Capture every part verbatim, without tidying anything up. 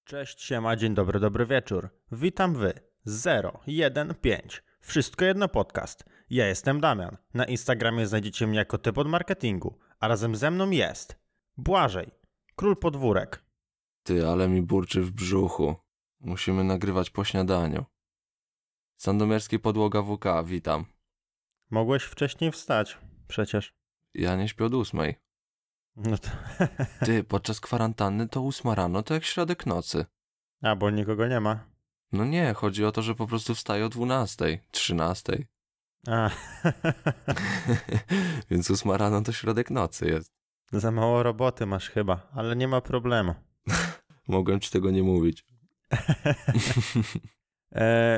Cześć, siema, dzień dobry, dobry wieczór. Witam wy. zero jeden pięć. Wszystko jedno podcast. Ja jestem Damian. Na Instagramie znajdziecie mnie jako typ od marketingu, a razem ze mną jest Błażej, król podwórek. Ty, ale mi burczy w brzuchu. Musimy nagrywać po śniadaniu. Sandomierski Podłoga W K, witam. Mogłeś wcześniej wstać, przecież. Ja nie śpię od ósmej. No to... Ty, podczas kwarantanny to ósma rano to jak środek nocy. A, bo nikogo nie ma. No nie, chodzi o to, że po prostu wstaję o dwunastej, trzynastej. A. Więc ósma rano to środek nocy jest. Za mało roboty masz chyba, ale nie ma problemu. Mogłem ci tego nie mówić. e,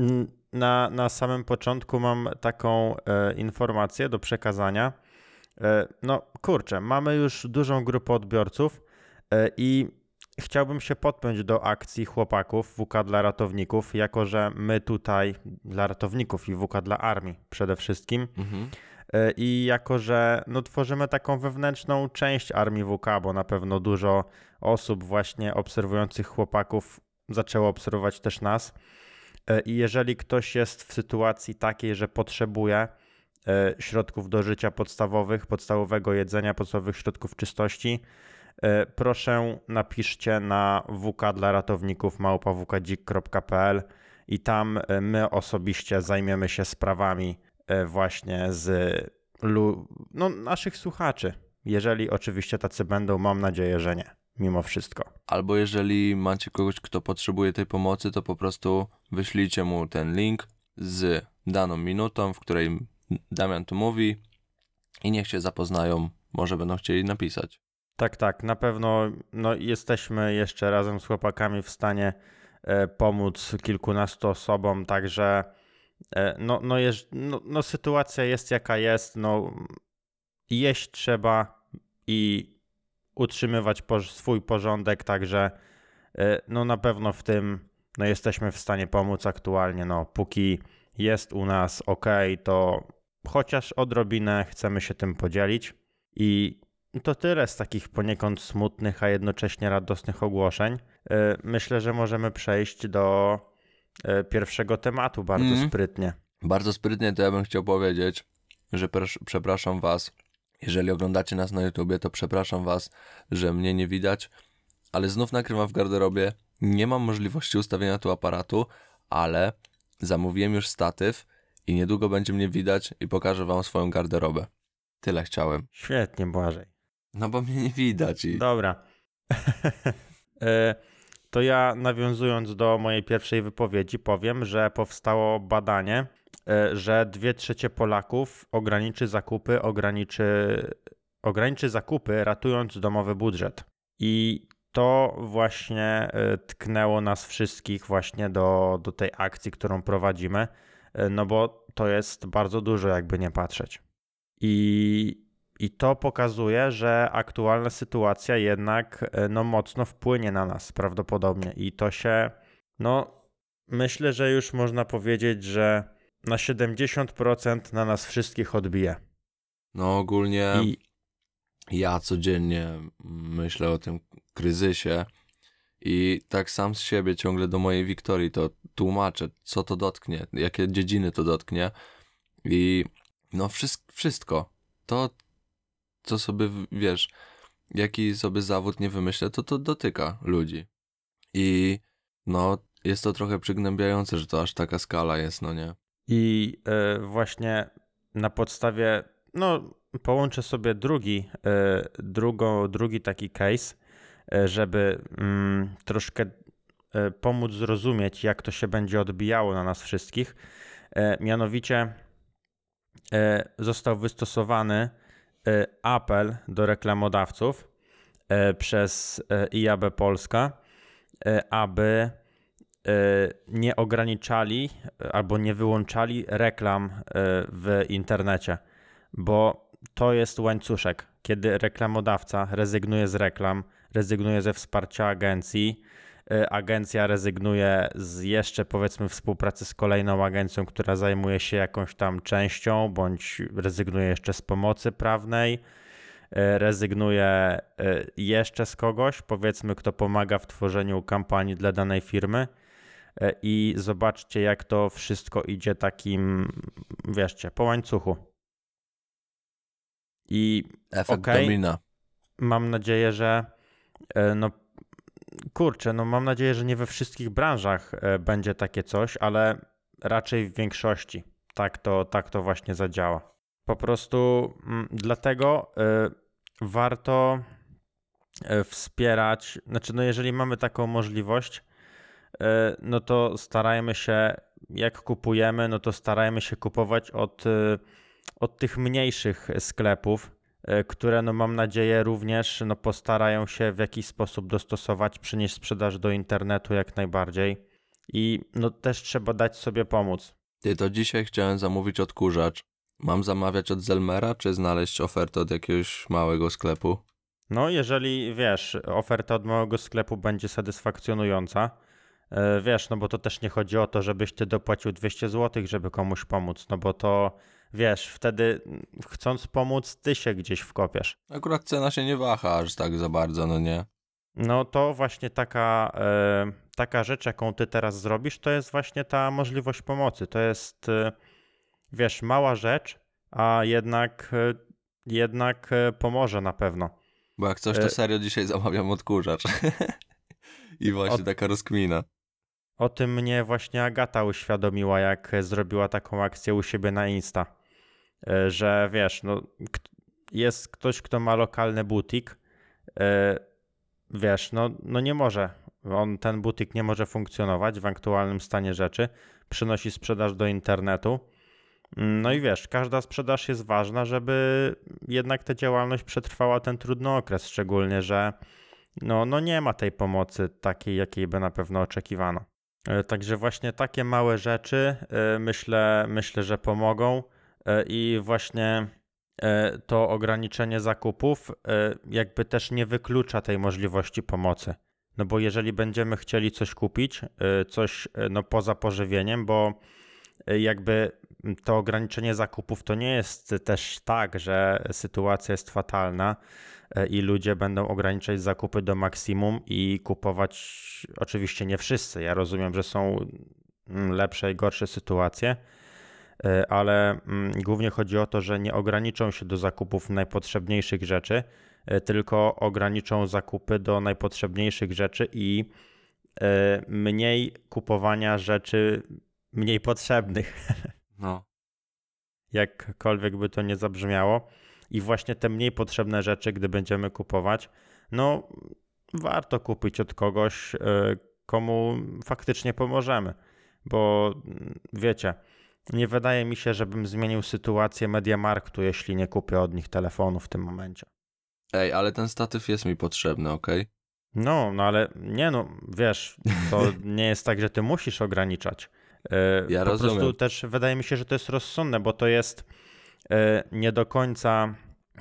na, na samym początku mam taką e, informację do przekazania. E, no kurczę, mamy już dużą grupę odbiorców e, i chciałbym się podpiąć do akcji chłopaków W K dla ratowników, jako że my tutaj dla ratowników i W K dla armii przede wszystkim. Mhm. I jako, że no, tworzymy taką wewnętrzną część Armii W K, bo na pewno dużo osób właśnie obserwujących chłopaków zaczęło obserwować też nas. I jeżeli ktoś jest w sytuacji takiej, że potrzebuje środków do życia podstawowych, podstawowego jedzenia, podstawowych środków czystości, proszę napiszcie na w k dla ratowników małpa w k dzik kropka p l i tam my osobiście zajmiemy się sprawami właśnie z no, naszych słuchaczy. Jeżeli oczywiście tacy będą, mam nadzieję, że nie, mimo wszystko. Albo jeżeli macie kogoś, kto potrzebuje tej pomocy, to po prostu wyślijcie mu ten link z daną minutą, w której Damian tu mówi i niech się zapoznają, może będą chcieli napisać. Tak, tak, na pewno no, jesteśmy jeszcze razem z chłopakami w stanie e, pomóc kilkunastu osobom, także No, no, jeż, no, no sytuacja jest jaka jest, no jeść trzeba i utrzymywać poż- swój porządek, także no na pewno w tym no jesteśmy w stanie pomóc aktualnie, no póki jest u nas ok, to chociaż odrobinę chcemy się tym podzielić i to tyle z takich poniekąd smutnych, a jednocześnie radosnych ogłoszeń. Myślę, że możemy przejść do pierwszego tematu bardzo mm. sprytnie. Bardzo sprytnie to ja bym chciał powiedzieć, że pr- przepraszam was, jeżeli oglądacie nas na YouTubie, to przepraszam was, że mnie nie widać, ale znów nagrywam w garderobie, nie mam możliwości ustawienia tu aparatu, ale zamówiłem już statyw i niedługo będzie mnie widać i pokażę wam swoją garderobę. Tyle chciałem. Świetnie, Błażej. No bo mnie nie widać i... Dobra. To ja, nawiązując do mojej pierwszej wypowiedzi, powiem, że powstało badanie, że dwie trzecie Polaków ograniczy zakupy, ograniczy, ograniczy zakupy, ratując domowy budżet. I to właśnie tknęło nas wszystkich właśnie do, do tej akcji, którą prowadzimy, no bo to jest bardzo dużo, jakby nie patrzeć. I I to pokazuje, że aktualna sytuacja jednak no, mocno wpłynie na nas prawdopodobnie i to się, no myślę, że już można powiedzieć, że na siedemdziesiąt procent na nas wszystkich odbije. No ogólnie I... ja codziennie myślę o tym kryzysie i tak sam z siebie ciągle do mojej Wiktorii to tłumaczę, co to dotknie, jakie dziedziny to dotknie i no wszystko, wszystko. To co sobie, wiesz, jaki sobie zawód nie wymyślę, to to dotyka ludzi. I no, jest to trochę przygnębiające, że to aż taka skala jest, no nie? I y, właśnie na podstawie, no połączę sobie drugi, y, drugo, drugi taki case, y, żeby y, troszkę y, pomóc zrozumieć, jak to się będzie odbijało na nas wszystkich. Y, mianowicie y, został wystosowany apel do reklamodawców przez I A B Polska, aby nie ograniczali albo nie wyłączali reklam w internecie, bo to jest łańcuszek. Kiedy reklamodawca rezygnuje z reklam, rezygnuje ze wsparcia agencji, agencja rezygnuje z jeszcze powiedzmy współpracy z kolejną agencją, która zajmuje się jakąś tam częścią, bądź rezygnuje jeszcze z pomocy prawnej, e, rezygnuje e, jeszcze z kogoś, powiedzmy, kto pomaga w tworzeniu kampanii dla danej firmy e, i zobaczcie, jak to wszystko idzie takim, wieszcie, po łańcuchu. I Efekt okej, domina. mam nadzieję, że e, no kurczę, no mam nadzieję, że nie we wszystkich branżach e, będzie takie coś, ale raczej w większości tak to, tak to właśnie zadziała. Po prostu mm, dlatego y, warto y, wspierać, znaczy no jeżeli mamy taką możliwość, y, no to starajmy się, jak kupujemy, no to starajmy się kupować od, y, od tych mniejszych sklepów, y, które no mam nadzieję również no postarają się w jakiś sposób dostosować, przynieść sprzedaż do internetu jak najbardziej i no też trzeba dać sobie pomóc. Ty, to dzisiaj chciałem zamówić odkurzacz. Mam zamawiać od Zelmera, czy znaleźć ofertę od jakiegoś małego sklepu? No, jeżeli wiesz, oferta od małego sklepu będzie satysfakcjonująca, e, wiesz, no bo to też nie chodzi o to, żebyś ty dopłacił dwieście złotych, żeby komuś pomóc, no bo to wiesz, wtedy mm, chcąc pomóc, ty się gdzieś wkopiesz. Akurat cena się nie waha aż tak za bardzo, no nie? No to właśnie taka, e, taka rzecz, jaką ty teraz zrobisz, to jest właśnie ta możliwość pomocy. To jest, e, wiesz, mała rzecz, a jednak, e, jednak e, pomoże na pewno. Bo jak coś, E, to serio dzisiaj zamawiam odkurzacz. I właśnie Od- taka rozkmina. O tym mnie właśnie Agata uświadomiła, jak zrobiła taką akcję u siebie na Insta, e, że wiesz, no, k- jest ktoś, kto ma lokalny butik, e, wiesz, no, no nie może, on, ten butik nie może funkcjonować w aktualnym stanie rzeczy, przynosi sprzedaż do internetu, no i wiesz, każda sprzedaż jest ważna, żeby jednak ta działalność przetrwała ten trudny okres, szczególnie, że no, no nie ma tej pomocy takiej, jakiej by na pewno oczekiwano. E, Także właśnie takie małe rzeczy e, myślę, myślę, że pomogą e, i właśnie e, to ograniczenie zakupów e, jakby też nie wyklucza tej możliwości pomocy. No bo jeżeli będziemy chcieli coś kupić, e, coś e, no poza pożywieniem, bo e, jakby to ograniczenie zakupów to nie jest też tak, że sytuacja jest fatalna e, i ludzie będą ograniczać zakupy do maksimum i kupować, oczywiście nie wszyscy, ja rozumiem, że są mm, lepsze i gorsze sytuacje, e, ale mm, głównie chodzi o to, że nie ograniczą się do zakupów najpotrzebniejszych rzeczy, e, tylko ograniczą zakupy do najpotrzebniejszych rzeczy i e, mniej kupowania rzeczy mniej potrzebnych. No. Jakkolwiek by to nie zabrzmiało. I właśnie te mniej potrzebne rzeczy, gdy będziemy kupować, no warto kupić od kogoś, e, komu faktycznie pomożemy. Bo mm, wiecie, nie wydaje mi się, żebym zmienił sytuację MediaMarktu, jeśli nie kupię od nich telefonu w tym momencie. Ej, ale ten statyw jest mi potrzebny, okej? No, no ale nie no, wiesz, to nie jest tak, że ty musisz ograniczać. E, Ja po prostu rozumiem. też wydaje mi się, że to jest rozsądne, bo to jest e, nie do końca,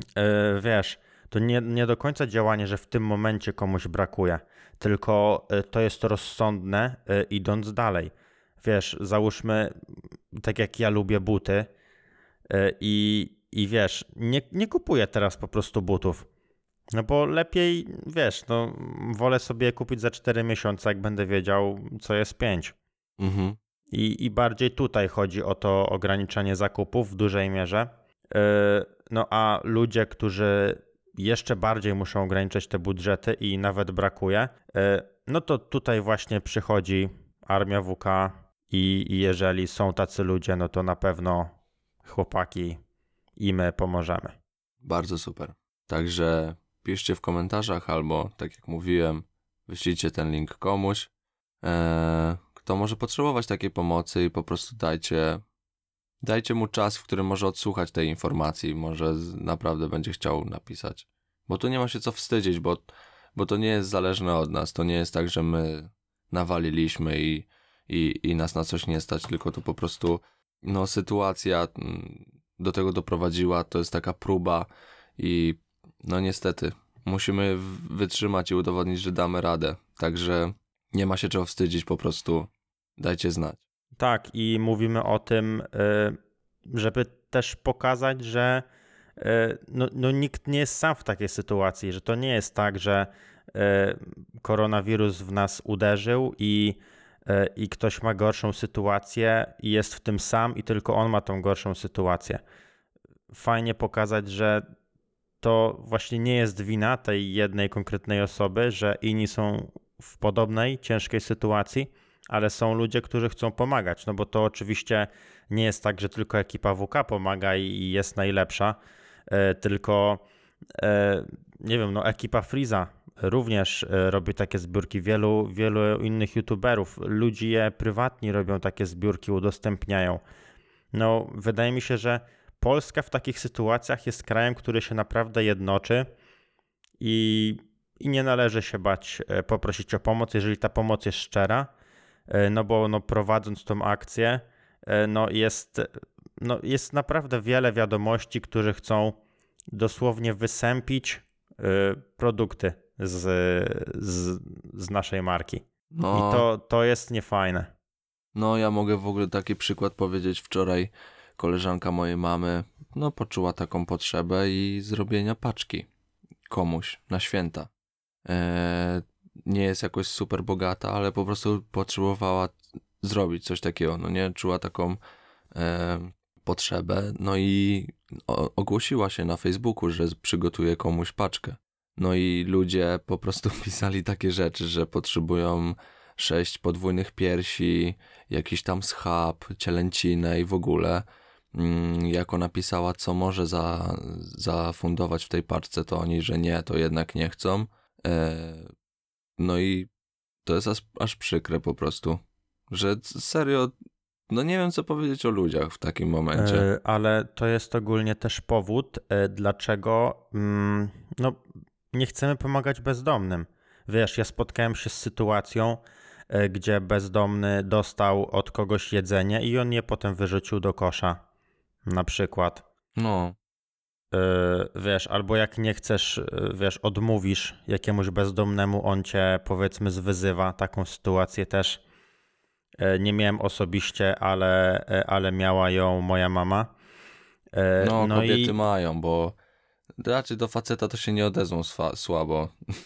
e, wiesz, to nie, nie do końca działanie, że w tym momencie komuś brakuje, tylko e, to jest rozsądne e, idąc dalej. Wiesz, załóżmy, tak jak ja lubię buty e, i, i wiesz, nie, nie kupuję teraz po prostu butów. No bo lepiej, wiesz, no wolę sobie kupić za cztery miesiące, jak będę wiedział, co jest pięć. Mhm. I, I bardziej tutaj chodzi o to ograniczanie zakupów w dużej mierze. Yy, No a ludzie, którzy jeszcze bardziej muszą ograniczać te budżety i nawet brakuje, yy, no to tutaj właśnie przychodzi Armia W K i, i jeżeli są tacy ludzie, no to na pewno chłopaki i my pomożemy. Bardzo super. Także piszcie w komentarzach albo, tak jak mówiłem, wyślijcie ten link komuś, eee, kto może potrzebować takiej pomocy i po prostu dajcie, dajcie mu czas, w którym może odsłuchać tej informacji, może z- naprawdę będzie chciał napisać. Bo tu nie ma się co wstydzić, bo, bo to nie jest zależne od nas. To nie jest tak, że my nawaliliśmy i, i, i nas na coś nie stać, tylko to po prostu no, sytuacja mm, do tego doprowadziła, to jest taka próba i no niestety musimy w- wytrzymać i udowodnić, że damy radę. Także nie ma się czego wstydzić, po prostu dajcie znać. Tak, i mówimy o tym, y, żeby też pokazać, że no, no nikt nie jest sam w takiej sytuacji, że to nie jest tak, że koronawirus w nas uderzył i, i ktoś ma gorszą sytuację i jest w tym sam i tylko on ma tą gorszą sytuację. Fajnie pokazać, że to właśnie nie jest wina tej jednej konkretnej osoby, że inni są w podobnej, ciężkiej sytuacji, ale są ludzie, którzy chcą pomagać, no bo to oczywiście nie jest tak, że tylko ekipa W K pomaga i jest najlepsza, tylko nie wiem, no ekipa Freeza również robi takie zbiórki, wielu, wielu innych youtuberów, ludzi je prywatnie robią takie zbiórki, udostępniają. No wydaje mi się, że Polska w takich sytuacjach jest krajem, który się naprawdę jednoczy i, i nie należy się bać poprosić o pomoc, jeżeli ta pomoc jest szczera, no bo no, prowadząc tą akcję, no jest, no jest naprawdę wiele wiadomości, którzy chcą dosłownie wysępić produkty z, z, z naszej marki. No, I to, to jest niefajne. No ja mogę w ogóle taki przykład powiedzieć. Wczoraj koleżanka mojej mamy no poczuła taką potrzebę i zrobienia paczki komuś na święta. Eee, nie jest jakoś super bogata, ale po prostu potrzebowała zrobić coś takiego, no nie? Czuła taką e, potrzebę, no i o, ogłosiła się na Facebooku, że przygotuje komuś paczkę. No i ludzie po prostu pisali takie rzeczy, że potrzebują sześć podwójnych piersi, jakiś tam schab, cielęcinę i w ogóle. Jak ona pisała, co może za, zafundować w tej paczce, to oni, że nie, to jednak nie chcą. E, no i to jest aż, aż przykre po prostu, że serio, no nie wiem co powiedzieć o ludziach w takim momencie. E, ale to jest ogólnie też powód, e, dlaczego mm, no, nie chcemy pomagać bezdomnym. Wiesz, ja spotkałem się z sytuacją, e, gdzie bezdomny dostał od kogoś jedzenie i on je potem wyrzucił do kosza, na przykład. No. Wiesz, albo jak nie chcesz, wiesz, odmówisz jakiemuś bezdomnemu, on cię powiedzmy zwyzywa. Taką sytuację też nie miałem osobiście, ale, ale miała ją moja mama. No, no kobiety i... mają, bo raczej do faceta to się nie odezwą swa- słabo.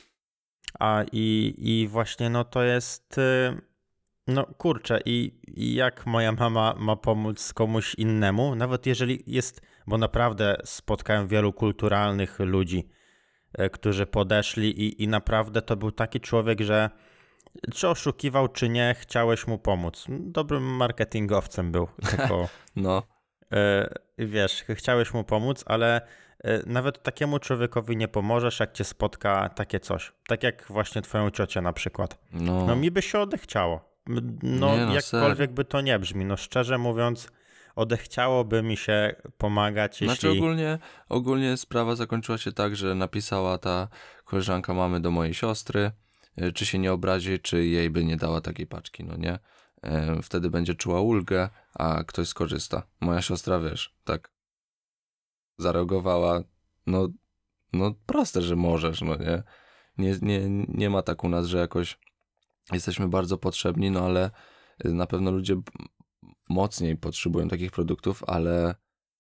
A i, i właśnie no to jest... No kurczę, i, i jak moja mama ma pomóc komuś innemu, nawet jeżeli jest, bo naprawdę spotkałem wielu kulturalnych ludzi, którzy podeszli i, i naprawdę to był taki człowiek, że czy oszukiwał, czy nie, chciałeś mu pomóc. Dobrym marketingowcem był, tylko no. Wiesz, chciałeś mu pomóc, ale nawet takiemu człowiekowi nie pomożesz, jak cię spotka takie coś. Tak jak właśnie twoją ciocię na przykład. No, no mi by się odechciało. No, nie, no jakkolwiek serio. by to nie brzmi, no szczerze mówiąc, odechciałoby mi się pomagać, jeśli... Znaczy ogólnie, ogólnie sprawa zakończyła się tak, że napisała ta koleżanka mamy do mojej siostry, czy się nie obrazi, czy jej by nie dała takiej paczki, no nie? Wtedy będzie czuła ulgę, a ktoś skorzysta. Moja siostra, wiesz, tak zareagowała, no, no proste, że możesz, no nie? Nie, nie, nie ma tak u nas, że jakoś jesteśmy bardzo potrzebni, no ale na pewno ludzie mocniej potrzebują takich produktów, ale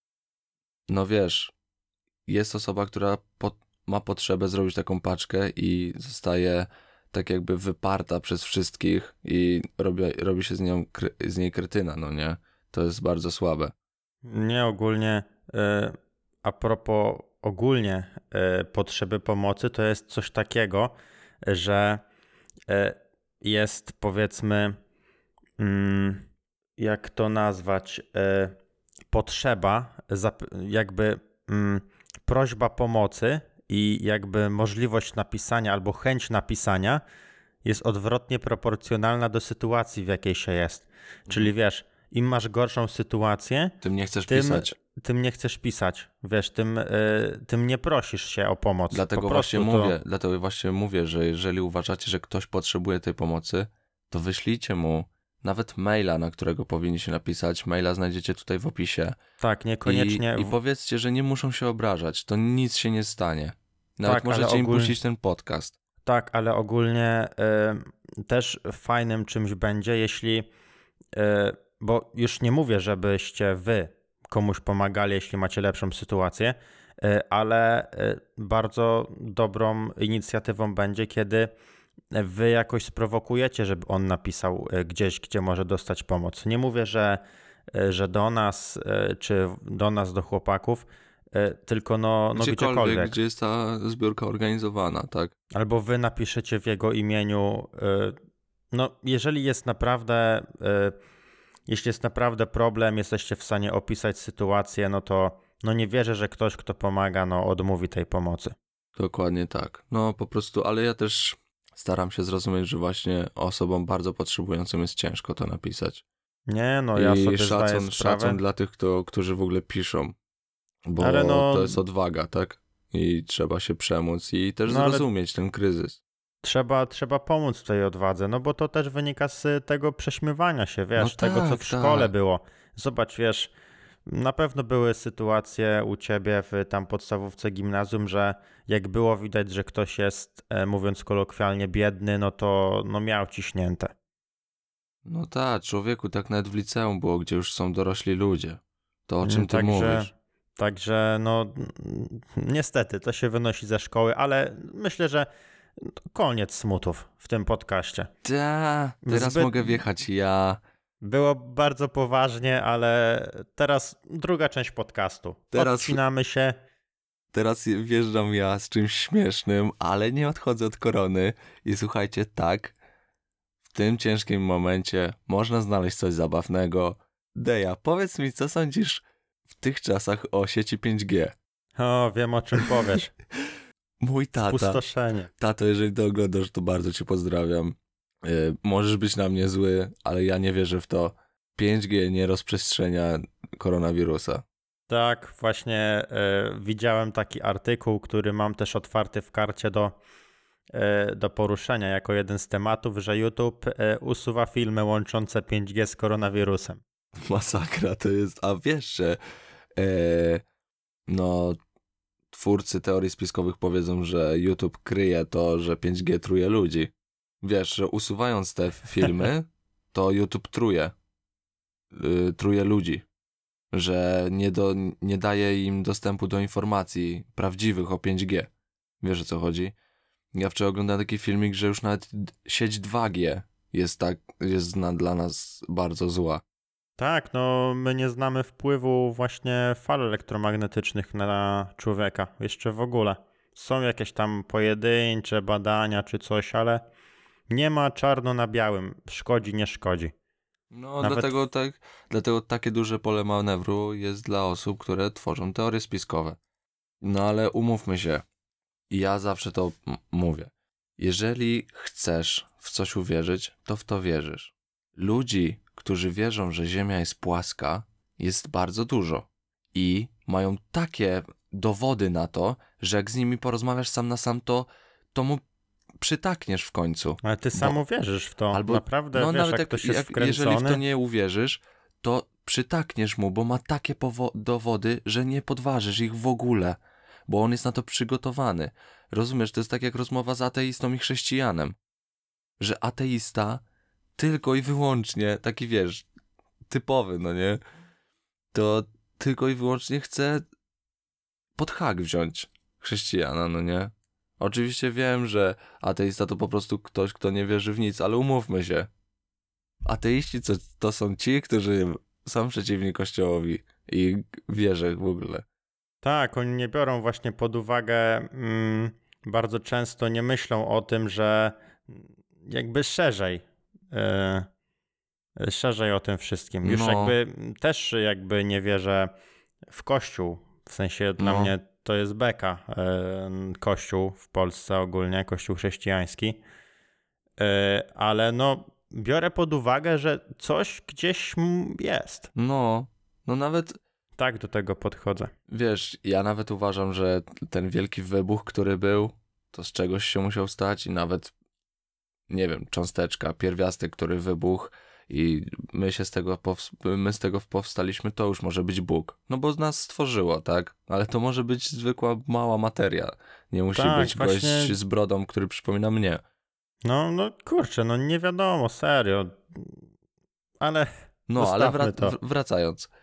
no wiesz, jest osoba, która po, ma potrzebę zrobić taką paczkę i zostaje tak jakby wyparta przez wszystkich i robi, robi się z, nią, z niej kretyna, no nie? To jest bardzo słabe. Nie, ogólnie y, a propos ogólnie y, potrzeby pomocy, to jest coś takiego, że y, jest powiedzmy, mm, jak to nazwać, y, potrzeba, jakby mm, prośba pomocy i jakby możliwość napisania albo chęć napisania jest odwrotnie proporcjonalna do sytuacji, w jakiej się jest. Czyli wiesz, im masz gorszą sytuację, Tym nie chcesz tym, pisać. tym nie chcesz pisać. Wiesz, tym, y, tym nie prosisz się o pomoc. Dlatego po właśnie to... mówię, dlatego właśnie mówię, że jeżeli uważacie, że ktoś potrzebuje tej pomocy, to wyślijcie mu nawet maila, na którego powinniście napisać. Maila znajdziecie tutaj w opisie. Tak, niekoniecznie. I, i powiedzcie, że nie muszą się obrażać. To nic się nie stanie. Nawet tak, możecie ale im ogólnie... puścić ten podcast. Tak, ale ogólnie y, też fajnym czymś będzie, jeśli, y, bo już nie mówię, żebyście wy komuś pomagali, jeśli macie lepszą sytuację, ale bardzo dobrą inicjatywą będzie, kiedy wy jakoś sprowokujecie, żeby on napisał gdzieś, gdzie może dostać pomoc. Nie mówię, że, że do nas, czy do nas, do chłopaków, tylko no, no Gdziekolwiek, gdziekolwiek. gdzie jest ta zbiórka organizowana, tak? Albo wy napiszecie w jego imieniu, no jeżeli jest naprawdę, jeśli jest naprawdę problem, jesteście w stanie opisać sytuację, no to no nie wierzę, że ktoś, kto pomaga, no odmówi tej pomocy. Dokładnie tak. No po prostu, ale ja też staram się zrozumieć, że właśnie osobom bardzo potrzebującym jest ciężko to napisać. Nie, no ja I sobie zdaję szacun, sprawę. szacun dla tych, kto, którzy w ogóle piszą, bo Ale no- to jest odwaga, tak? I trzeba się przemóc i też No ale- zrozumieć ten kryzys. Trzeba, trzeba pomóc w tej odwadze, no bo to też wynika z tego prześmiewania się, wiesz, No tego co tak, w szkole tak. było. Zobacz, wiesz, na pewno były sytuacje u ciebie w tam podstawówce, gimnazjum, że jak było widać, że ktoś jest, e, mówiąc kolokwialnie, biedny, no to no miał ciśnięte. No tak, człowieku, tak nawet w liceum było, gdzie już są dorośli ludzie. To o czym ty Także, mówisz? także no mm, niestety to się wynosi ze szkoły, ale myślę, że to koniec smutów w tym podcaście. Ta, teraz Zbyt- mogę wjechać ja. Było bardzo poważnie, ale teraz druga część podcastu. Teraz- Odcinamy się. Teraz wjeżdżam ja z czymś śmiesznym, ale nie odchodzę od korony. I słuchajcie, tak, w tym ciężkim momencie można znaleźć coś zabawnego. Deja, powiedz mi, co sądzisz w tych czasach o sieci pięć G? O, wiem o czym powiesz. Mój tata, Spustoszenie. tato, jeżeli to oglądasz, to bardzo cię pozdrawiam. Yy, możesz być na mnie zły, ale ja nie wierzę w to. pięć G nie rozprzestrzenia koronawirusa. Tak, właśnie e, widziałem taki artykuł, który mam też otwarty w karcie do, e, do poruszenia jako jeden z tematów, że YouTube e, usuwa filmy łączące pięć G z koronawirusem. Masakra to jest, a wiesz, że e, no twórcy teorii spiskowych powiedzą, że YouTube kryje to, że pięć G truje ludzi. Wiesz, że usuwając te filmy, to YouTube truje. Y, truje ludzi. Że nie, do, nie daje im dostępu do informacji prawdziwych o pięć G. Wiesz, o co chodzi? Ja wczoraj oglądałem taki filmik, że już nawet d- sieć dwa G jest tak, jest zna dla nas bardzo zła. Tak, no my nie znamy wpływu właśnie fal elektromagnetycznych na człowieka, jeszcze w ogóle. Są jakieś tam pojedyncze badania czy coś, ale nie ma czarno na białym, szkodzi, nie szkodzi. No, Nawet- dlatego, tak, dlatego takie duże pole manewru jest dla osób, które tworzą teorie spiskowe. No ale umówmy się, ja zawsze to m- mówię. Jeżeli chcesz w coś uwierzyć, to w to wierzysz. Ludzi, którzy wierzą, że Ziemia jest płaska, jest bardzo dużo. I mają takie dowody na to, że jak z nimi porozmawiasz sam na sam, to, to mu przytakniesz w końcu. Ale ty sam uwierzysz w to, Albo- naprawdę, No wiesz, nawet jak jak, ktoś jest jak, wkręcony. jeżeli w to nie uwierzysz, to przytakniesz mu, bo ma takie powo- dowody, że nie podważysz ich w ogóle, bo on jest na to przygotowany. Rozumiesz, to jest tak jak rozmowa z ateistą i chrześcijanem, że ateista tylko i wyłącznie, taki wiesz, typowy, no nie, to tylko i wyłącznie chce pod hak wziąć chrześcijana, no nie. Oczywiście wiem, że ateista to po prostu ktoś, kto nie wierzy w nic, ale umówmy się. Ateiści to, to są ci, którzy są przeciwni Kościołowi i wierzę w ogóle. Tak, oni nie biorą właśnie pod uwagę, mm, bardzo często nie myślą o tym, że jakby szerzej, yy, szerzej o tym wszystkim. Już No. jakby też jakby nie wierzę w Kościół, w sensie dla No. mnie to jest beka, yy, Kościół w Polsce ogólnie, Kościół chrześcijański, yy, ale no biorę pod uwagę, że coś gdzieś m- jest. No, no nawet, Tak do tego podchodzę. wiesz, ja nawet uważam, że ten wielki wybuch, który był, to z czegoś się musiał stać i nawet, nie wiem, cząsteczka, pierwiastek, który wybuchł i my się z tego, pows- my z tego powstaliśmy, to już może być Bóg. No bo z nas stworzyło, tak? Ale to może być zwykła mała materia. Nie musi Tak, być gość właśnie- z brodą, który przypomina mnie. No, no kurczę, no nie wiadomo, serio. Ale No, ale Zostawmy wra- to. w- wracając.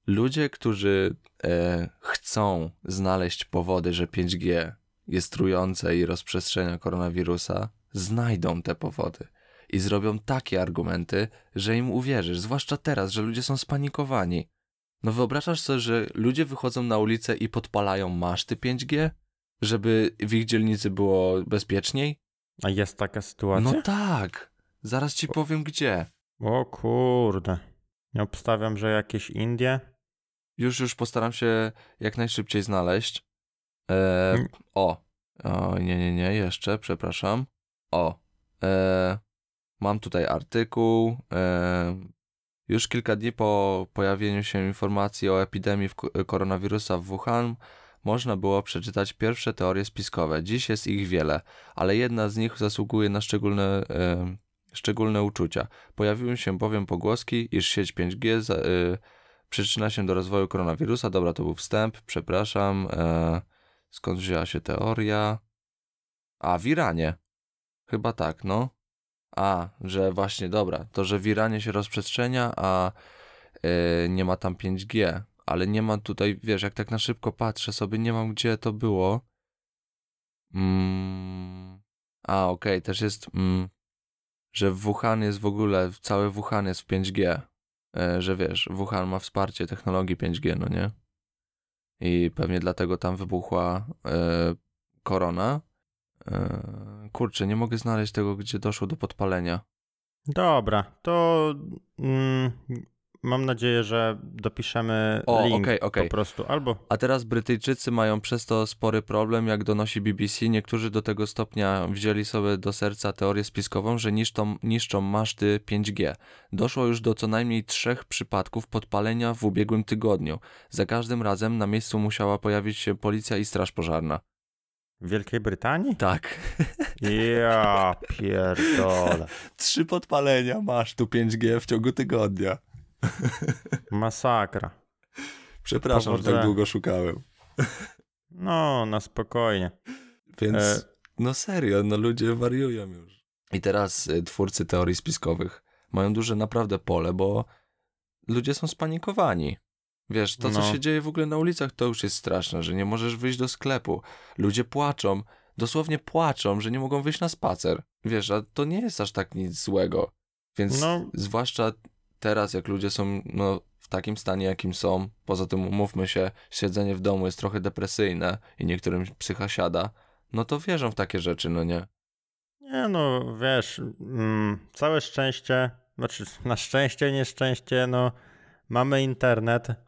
ludzie, którzy e, chcą znaleźć powody, że pięć G jest trujące i rozprzestrzenia koronawirusa, znajdą te powody i zrobią takie argumenty, że im uwierzysz, zwłaszcza teraz, że ludzie są spanikowani. No wyobrażasz sobie, że ludzie wychodzą na ulicę i podpalają maszty pięć G, żeby w ich dzielnicy było bezpieczniej? A jest taka sytuacja? No tak, zaraz ci powiem gdzie. O kurde. Ja obstawiam, że jakieś Indie. Już, już postaram się jak najszybciej znaleźć. E, Mm. o, o, nie, nie, nie, jeszcze, przepraszam. O, e, mam tutaj artykuł. E, już kilka dni po pojawieniu się informacji o epidemii w ko- koronawirusa w Wuhan można było przeczytać pierwsze teorie spiskowe. Dziś jest ich wiele, ale jedna z nich zasługuje na szczególne, e, szczególne uczucia. Pojawiły się bowiem pogłoski, iż sieć pięć G za, e, przyczynia się do rozwoju koronawirusa. Dobra, to był wstęp, przepraszam. E, skąd wzięła się teoria? A, w Iranie. Chyba tak, no. A, że właśnie, dobra, to, że w Iranie się rozprzestrzenia, a e, nie ma tam pięć G. Ale nie ma tutaj, wiesz, jak tak na szybko patrzę sobie, nie mam gdzie to było. Mm, a, okej, też jest, mm, że w Wuhan jest w ogóle, cały Wuhan jest w pięć G. E, że wiesz, Wuhan ma wsparcie technologii pięć G, no nie? I pewnie dlatego tam wybuchła e, korona. E, kurczę, nie mogę znaleźć tego, gdzie doszło do podpalenia. Dobra, to mm, mam nadzieję, że dopiszemy O, link okej, okej. po prostu. Albo A teraz Brytyjczycy mają przez to spory problem, jak donosi B B C. Niektórzy do tego stopnia wzięli sobie do serca teorię spiskową, że niszczą, niszczą maszty pięć G. Doszło już do co najmniej trzech przypadków podpalenia w ubiegłym tygodniu. Za każdym razem na miejscu musiała pojawić się policja i straż pożarna. w Wielkiej Brytanii? Tak. Ja pierdolę. Trzy podpalenia masztu pięć G w ciągu tygodnia. Masakra. Przepraszam, że tak Powodzenia. długo szukałem. No, na spokojnie. Więc, E- no serio, no ludzie wariują już. I teraz y, twórcy teorii spiskowych mają duże naprawdę pole, bo ludzie są spanikowani. Wiesz, to co No. się dzieje w ogóle na ulicach, to już jest straszne, że nie możesz wyjść do sklepu. Ludzie płaczą, dosłownie płaczą, że nie mogą wyjść na spacer. Wiesz, a to nie jest aż tak nic złego. Więc No. zwłaszcza teraz, jak ludzie są no, w takim stanie, jakim są, poza tym umówmy się, siedzenie w domu jest trochę depresyjne i niektórym psycha siada, no to wierzą w takie rzeczy, no nie? Nie no, wiesz, mm, całe szczęście, znaczy na szczęście, nieszczęście, no mamy internet, y,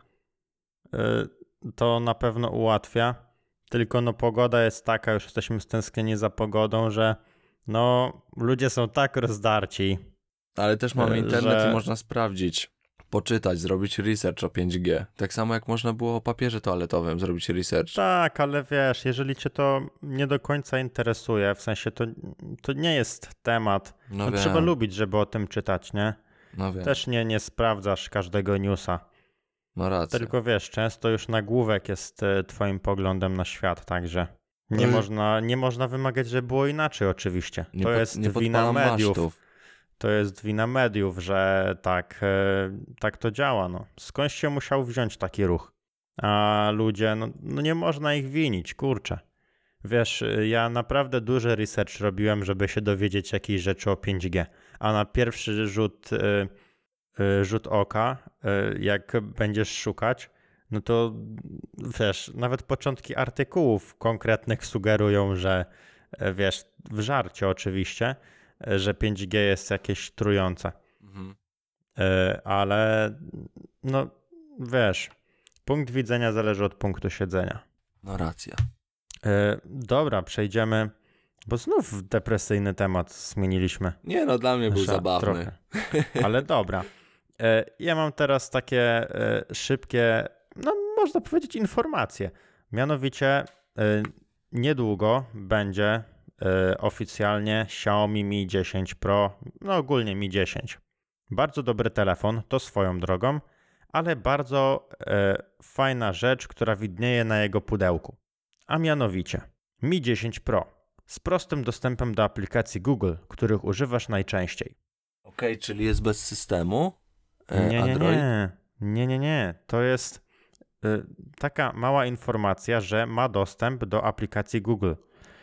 to na pewno ułatwia, tylko no pogoda jest taka, już jesteśmy stęsknieni za pogodą, że no ludzie są tak rozdarci. Ale też mamy E, internet że- i można sprawdzić, poczytać, zrobić research o pięć G. Tak samo jak można było o papierze toaletowym zrobić research. Tak, ale wiesz, jeżeli cię to nie do końca interesuje, w sensie to, to nie jest temat, No, no wiem, trzeba lubić, żeby o tym czytać, nie? no wiem, Też nie, nie sprawdzasz każdego newsa. no racja. Tylko wiesz, często już nagłówek jest e, twoim poglądem na świat, także nie, No i- można, nie można wymagać, żeby było inaczej oczywiście. Nie To pod- jest nie wina podpalam mediów. masztów. To jest wina mediów, że tak, e, tak to działa. No. Skądś się musiał wziąć taki ruch? A ludzie, no, no nie można ich winić, kurczę. Wiesz, e, ja naprawdę duży research robiłem, żeby się dowiedzieć jakiejś rzeczy o pięć G. A na pierwszy rzut, e, e, rzut oka, e, jak będziesz szukać, no to wiesz, nawet początki artykułów konkretnych sugerują, że e, wiesz, w żarcie oczywiście, e, że pięć G jest jakieś trujące. Mhm. E, Ale no wiesz, punkt widzenia zależy od punktu siedzenia. No racja. E, Dobra, przejdziemy, bo znów depresyjny temat zmieniliśmy. Nie no, dla mnie był Sza- zabawny. trochę. Ale dobra. E, Ja mam teraz takie e, szybkie, no można powiedzieć informacje. Mianowicie e, niedługo będzie e, oficjalnie Xiaomi Mi dziesięć Pro, no ogólnie Mi dziesięć. Bardzo dobry telefon, to swoją drogą, ale bardzo e, fajna rzecz, która widnieje na jego pudełku. A mianowicie Mi dziesięć Pro z prostym dostępem do aplikacji Google, których używasz najczęściej. Okej, czyli jest bez systemu? E, Nie, nie, Android? nie. Nie, nie, nie. To jest y, taka mała informacja, że ma dostęp do aplikacji Google.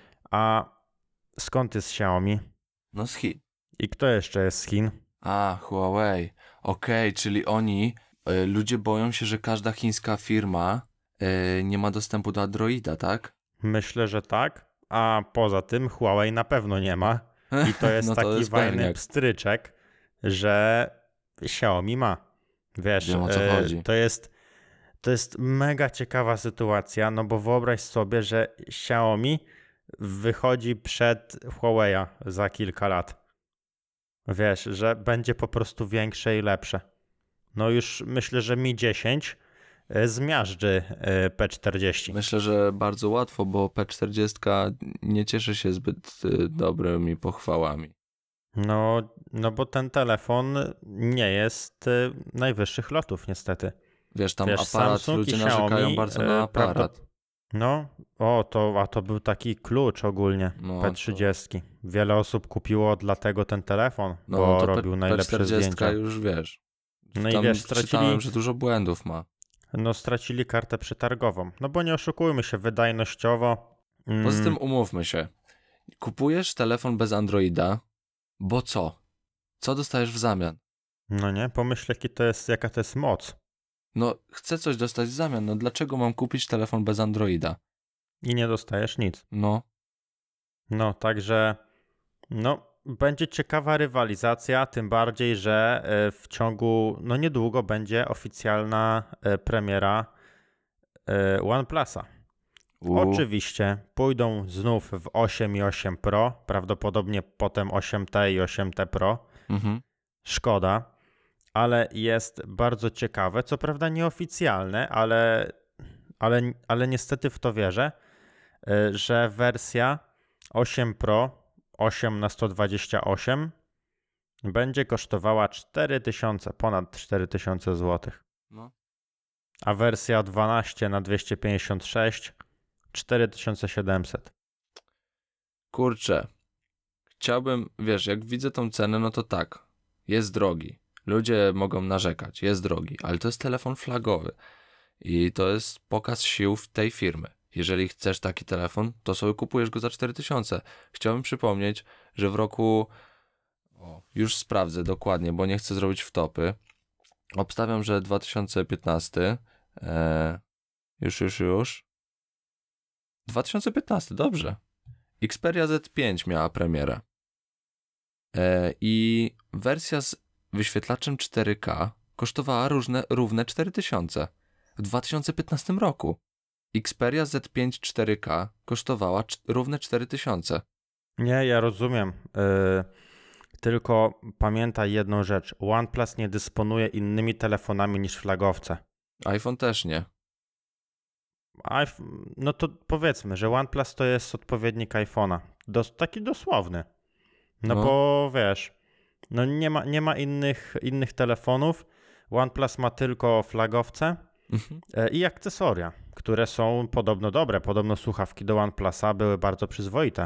A skąd jest Xiaomi? No z Chin. I kto jeszcze jest z Chin? A, Huawei. Okej, czyli oni, y, ludzie boją się, że każda chińska firma y, nie ma dostępu do Androida, tak? Myślę, że tak. A poza tym Huawei na pewno nie ma. I to jest No to taki jest fajny pewniak. pstryczek, że Xiaomi ma. Wiesz, Wiem, o co e, chodzi. to jest, to jest mega ciekawa sytuacja, no bo wyobraź sobie, że Xiaomi wychodzi przed Huawei'a za kilka lat. Wiesz, że będzie po prostu większe i lepsze. No już myślę, że Mi dziesięć e, zmiażdży e, P czterdzieści. Myślę, że bardzo łatwo, bo P czterdzieści nie cieszy się zbyt y, dobrymi pochwałami. No, no bo ten telefon nie jest e, najwyższych lotów niestety. Wiesz, tam Wiesz, aparat, Samsung ludzie i narzekają Xiaomi, bardzo e, na aparat. prawdop- No, o, to, a to był taki klucz ogólnie No, P trzydzieści. Wiele osób kupiło dlatego ten telefon, No, bo to robił P- najlepsze P czterdzieści zdjęcia. już wiesz. No i Tam wiesz, stracili, czytałem, że dużo błędów ma. no, stracili kartę przetargową. No bo nie oszukujmy się, wydajnościowo. mm, Poza tym umówmy się. Kupujesz telefon bez Androida, bo co? Co dostajesz w zamian? No nie, pomyśl jaki to jest, jaka to jest moc. No, chcę coś dostać w zamian. No, dlaczego mam kupić telefon bez Androida? I nie dostajesz nic. No, No, także no, będzie ciekawa rywalizacja, tym bardziej, że e, w ciągu, no niedługo będzie oficjalna e, premiera e, OnePlusa. u, Oczywiście pójdą znów w osiem i osiem Pro, prawdopodobnie potem osiem T i osiem T Pro. mhm. Szkoda, ale jest bardzo ciekawe, co prawda nieoficjalne, ale, ale, ale niestety w to wierzę, y, że wersja osiem Pro, osiem na sto dwadzieścia osiem będzie kosztowała cztery tysiące, ponad cztery tysiące złotych, No. a wersja dwanaście na dwieście pięćdziesiąt sześć cztery tysiące siedemset. Kurczę. Chciałbym, wiesz, jak widzę tą cenę, no to tak. Jest drogi. Ludzie mogą narzekać. Jest drogi. Ale to jest telefon flagowy. I to jest pokaz sił w tej firmy. Jeżeli chcesz taki telefon, to sobie kupujesz go za cztery tysiące. Chciałbym przypomnieć, że w roku... O, już sprawdzę dokładnie, bo nie chcę zrobić wtopy. Obstawiam, że dwa tysiące piętnasty. E, już, już, już. dwa tysiące piętnasty, dobrze. Xperia Z pięć miała premierę. E, I wersja z wyświetlaczem cztery K kosztowała różne, równe cztery tysiące w dwa tysiące piętnastym roku. Xperia Z pięć cztery K kosztowała cz- równe cztery tysiące. Nie, ja rozumiem. Yy, tylko pamiętaj jedną rzecz. OnePlus nie dysponuje innymi telefonami niż flagowce. iPhone też nie. iPhone, no to powiedzmy, że OnePlus to jest odpowiednik iPhone'a. Dos, taki dosłowny. No, No. bo wiesz, no nie ma, nie ma innych, innych telefonów. OnePlus ma tylko flagowce Mhm. e, i akcesoria, które są podobno dobre. Podobno słuchawki do OnePlusa były bardzo przyzwoite.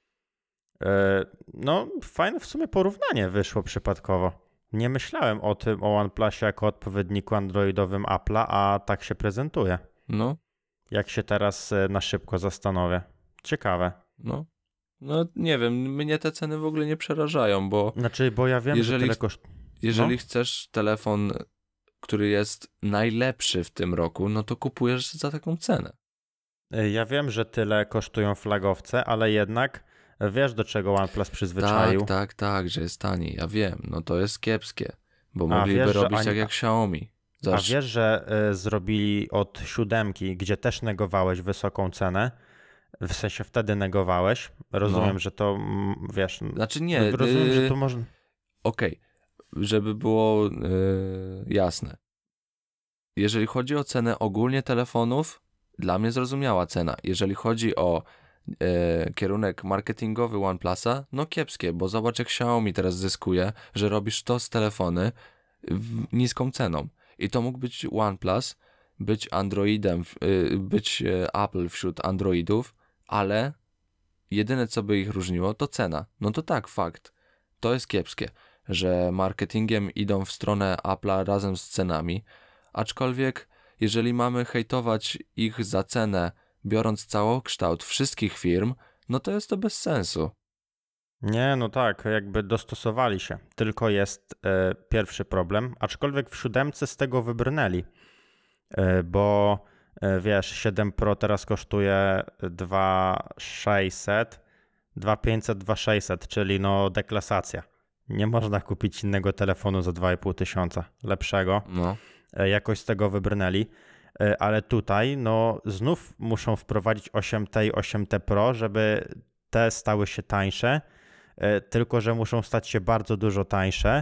E, no, fajne w sumie porównanie wyszło przypadkowo. Nie myślałem o tym, o OnePlusie jako odpowiedniku androidowym Apple'a, a tak się prezentuje. No, Jak się teraz e, na szybko zastanowię. Ciekawe. no. No nie wiem, mnie te ceny w ogóle nie przerażają, bo Znaczy, bo ja wiem, Jeżeli- że tyle koszt... jeżeli No. chcesz telefon, który jest najlepszy w tym roku, no to kupujesz za taką cenę. E, Ja wiem, że tyle kosztują flagowce, ale jednak wiesz, do czego OnePlus przyzwyczaił. Tak, tak, tak, że jest taniej, ja wiem, no to jest kiepskie, bo A mogliby wiesz, że robić ani- tak jak Xiaomi. A Zobacz, wiesz, że e, zrobili od siódemki, gdzie też negowałeś wysoką cenę, w sensie wtedy negowałeś. Rozumiem, No. że to, mm, wiesz, znaczy nie, rozumiem, yy, że to można... okej, żeby było yy, jasne. Jeżeli chodzi o cenę ogólnie telefonów, dla mnie zrozumiała cena. Jeżeli chodzi o e, kierunek marketingowy OnePlusa, no kiepskie, bo zobacz jak Xiaomi teraz zyskuje, że robisz to z telefony w niską ceną. I to mógł być OnePlus, być Androidem, y, być e, Apple wśród Androidów, ale jedyne co by ich różniło to cena. No to tak, fakt. To jest kiepskie, że marketingiem idą w stronę Apple'a razem z cenami, aczkolwiek jeżeli mamy hejtować ich za cenę, biorąc całokształt wszystkich firm, no to jest to bez sensu. Nie, no tak, jakby dostosowali się. Tylko jest e, pierwszy problem, aczkolwiek w siódemce z tego wybrnęli, e, bo e, wiesz, siedem Pro teraz kosztuje dwa tysiące sześćset, dwa tysiące pięćset, dwa tysiące sześćset, czyli no deklasacja. Nie można kupić innego telefonu za dwa i pół tysiąca lepszego. No. E, jakoś z tego wybrnęli. E, ale tutaj no znów muszą wprowadzić osiem T i osiem T Pro, żeby te stały się tańsze. Tylko że muszą stać się bardzo dużo tańsze.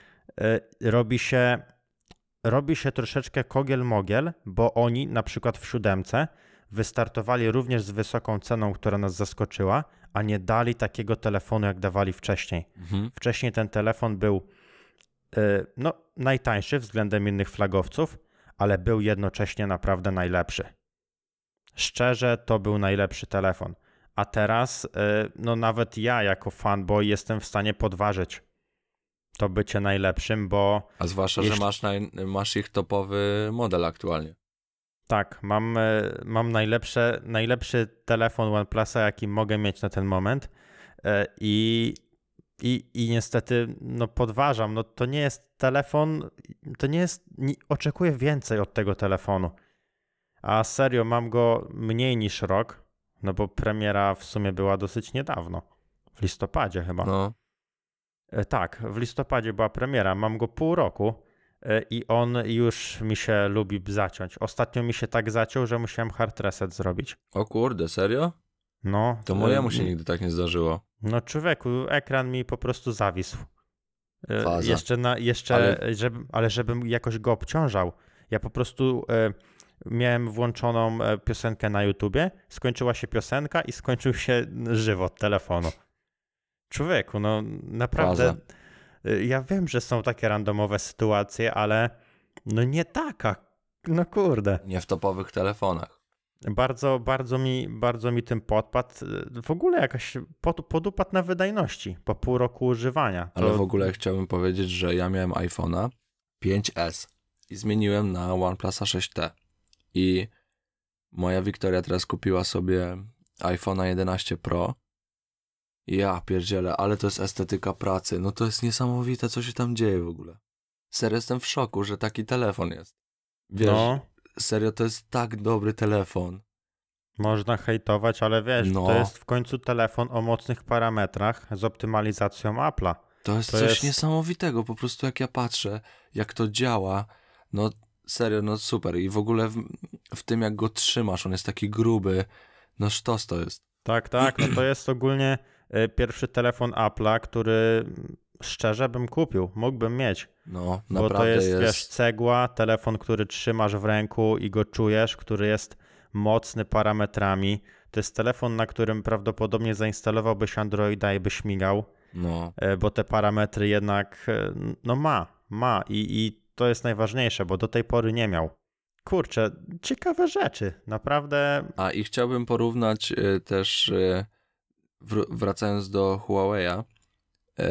Robi się, robi się troszeczkę kogiel-mogiel, bo oni na przykład w siódemce wystartowali również z wysoką ceną, która nas zaskoczyła, a nie dali takiego telefonu, jak dawali wcześniej. Mhm. Wcześniej ten telefon był no, najtańszy względem innych flagowców, ale był jednocześnie naprawdę najlepszy. Szczerze, to był najlepszy telefon. A teraz, no nawet ja jako fanboy jestem w stanie podważyć to bycie najlepszym, bo... A zwłaszcza, jeszcze... że masz, naj... masz ich topowy model aktualnie. Tak, mam, mam najlepsze, najlepszy telefon OnePlusa, jaki mogę mieć na ten moment i, i, i niestety no podważam, no to nie jest telefon, to nie jest, nie, oczekuję więcej od tego telefonu. A serio, mam go mniej niż rok. No bo premiera w sumie była dosyć niedawno. W listopadzie chyba. No. E, tak, w listopadzie była premiera. Mam go pół roku e, i on już mi się lubi zaciąć. Ostatnio mi się tak zaciął, że musiałem hard reset zrobić. O kurde, serio? No. To mojemu e, się nigdy tak nie zdarzyło. No człowieku, ekran mi po prostu zawisł. E, Faza. jeszcze, na, jeszcze Ale... Żeby, ale żebym jakoś go obciążał. Ja po prostu... E, Miałem włączoną piosenkę na YouTubie, skończyła się piosenka i skończył się żywot telefonu. Człowieku, no naprawdę, Faza. Ja wiem, że są takie randomowe sytuacje, ale no nie taka, no kurde. Nie w topowych telefonach. Bardzo, bardzo mi, bardzo mi tym podpadł. W ogóle jakaś pod, podupadł na wydajności po pół roku używania. To... Ale w ogóle chciałbym powiedzieć, że ja miałem iPhone'a pięć S i zmieniłem na OnePlusa sześć T. I moja Wiktoria teraz kupiła sobie iPhone'a jedenaście Pro. Ja pierdzielę, ale to jest estetyka pracy. No to jest niesamowite, co się tam dzieje w ogóle. Serio jestem w szoku, że taki telefon jest. Wiesz, no. Serio to jest tak dobry telefon. Można hejtować, ale wiesz, no. To jest w końcu telefon o mocnych parametrach z optymalizacją Apple'a. To jest to coś jest... niesamowitego, po prostu jak ja patrzę, jak to działa, no serio, no super. I w ogóle w, w tym, jak go trzymasz, on jest taki gruby, no sztos to jest. Tak, tak, no to jest ogólnie pierwszy telefon Apple'a, który szczerze bym kupił, mógłbym mieć. No, bo naprawdę to jest, jest, wiesz, cegła, telefon, który trzymasz w ręku i go czujesz, który jest mocny parametrami. To jest telefon, na którym prawdopodobnie zainstalowałbyś Androida i by śmigał, no. bo te parametry jednak, no ma, ma i, i to jest najważniejsze, bo do tej pory nie miał. Kurczę, ciekawe rzeczy, naprawdę. A i chciałbym porównać y, też, y, wr- wracając do Huawei'a, y,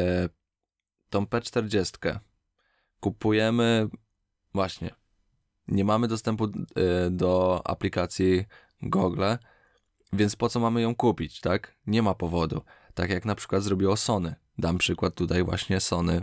tą P czterdzieści. Kupujemy, właśnie, nie mamy dostępu y, do aplikacji Google, więc po co mamy ją kupić, tak? Nie ma powodu. Tak jak na przykład zrobiło Sony. Dam przykład tutaj właśnie Sony.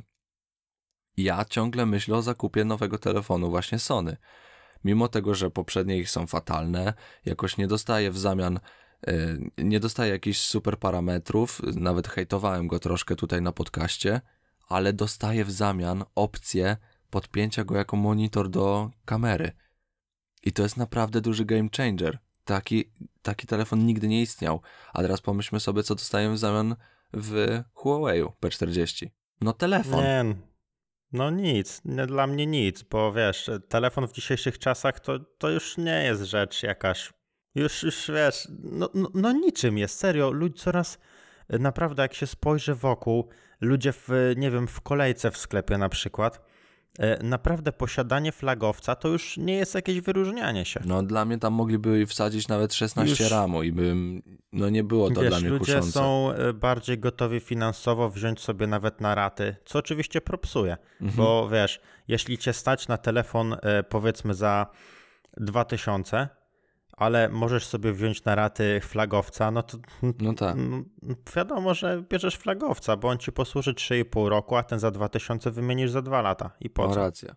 Ja ciągle myślę o zakupie nowego telefonu właśnie Sony. Mimo tego, że poprzednie ich są fatalne, jakoś nie dostaję w zamian, yy, nie dostaję jakichś super parametrów, nawet hejtowałem go troszkę tutaj na podcaście, ale dostaję w zamian opcję podpięcia go jako monitor do kamery. I to jest naprawdę duży game changer. Taki, taki telefon nigdy nie istniał. A teraz pomyślmy sobie, co dostajemy w zamian w Huawei'u P czterdzieści. No telefon. Nie, no nic, nie, dla mnie nic, bo wiesz, telefon w dzisiejszych czasach to, to już nie jest rzecz jakaś, już, już wiesz, no, no, no niczym jest, serio, ludzie coraz, naprawdę jak się spojrzy wokół, ludzie w, nie wiem, w kolejce w sklepie na przykład, e, naprawdę posiadanie flagowca to już nie jest jakieś wyróżnianie się. No dla mnie tam mogliby wsadzić nawet szesnaście Już- ramu i bym, no nie było to dla Wiesz, mnie ludzie kuszące. są e, bardziej gotowi finansowo wziąć sobie nawet na raty, co oczywiście propsuje, Mhm. bo wiesz, jeśli cię stać na telefon e, powiedzmy za dwa tysiące, ale możesz sobie wziąć na raty flagowca, no to No tak, no, wiadomo, że bierzesz flagowca, bo on ci posłuży trzy i pół roku, a ten za dwa tysiące wymienisz za dwa lata. I po ma co? rację.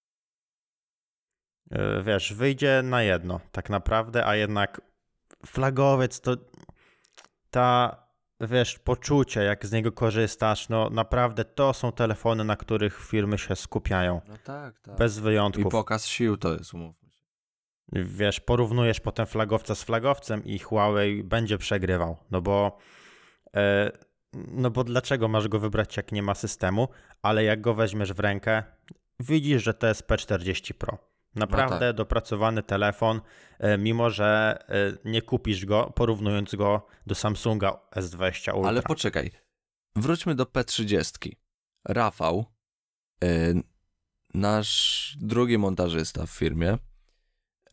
E, Wiesz, wyjdzie na jedno tak naprawdę, a jednak flagowiec to ta, wiesz, poczucie, jak z niego korzystasz, no naprawdę to są telefony, na których firmy się skupiają. No tak, tak. Bez I wyjątków. pokaz sił to jest, umówmy się. Wiesz, porównujesz potem flagowca z flagowcem i Huawei będzie przegrywał, no bo e, no bo dlaczego masz go wybrać, jak nie ma systemu, ale jak go weźmiesz w rękę, widzisz, że to jest P czterdzieści Pro. Naprawdę tak. dopracowany telefon, e, mimo że e, nie kupisz go, porównując go do Samsunga S dwadzieścia Ultra. Ale poczekaj, wróćmy do P trzydzieści. Rafał, y, nasz drugi montażysta w firmie, y,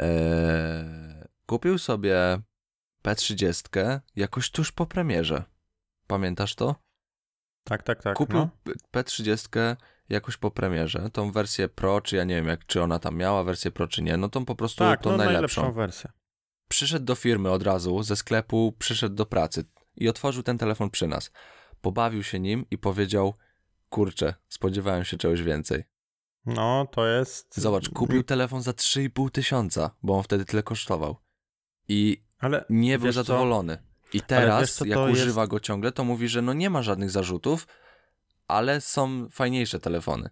kupił sobie P trzydzieści jakoś tuż po premierze. Pamiętasz to? Tak, tak, tak. Kupił no. P trzydzieści jakoś po premierze, tą wersję Pro, czy ja nie wiem, jak, czy ona tam miała wersję Pro, czy nie, no tą po prostu Tak, tą no najlepszą. najlepszą wersję. Przyszedł do firmy od razu, ze sklepu przyszedł do pracy i otworzył ten telefon przy nas. Pobawił się nim i powiedział, kurczę, spodziewałem się czegoś więcej. No, to jest... Zobacz, kupił telefon za trzy i pół tysiąca, bo on wtedy tyle kosztował. I Ale nie był wiesz co? zadowolony. I teraz, wiesz co, jak to używa jest- go ciągle, to mówi, że no nie ma żadnych zarzutów, ale są fajniejsze telefony.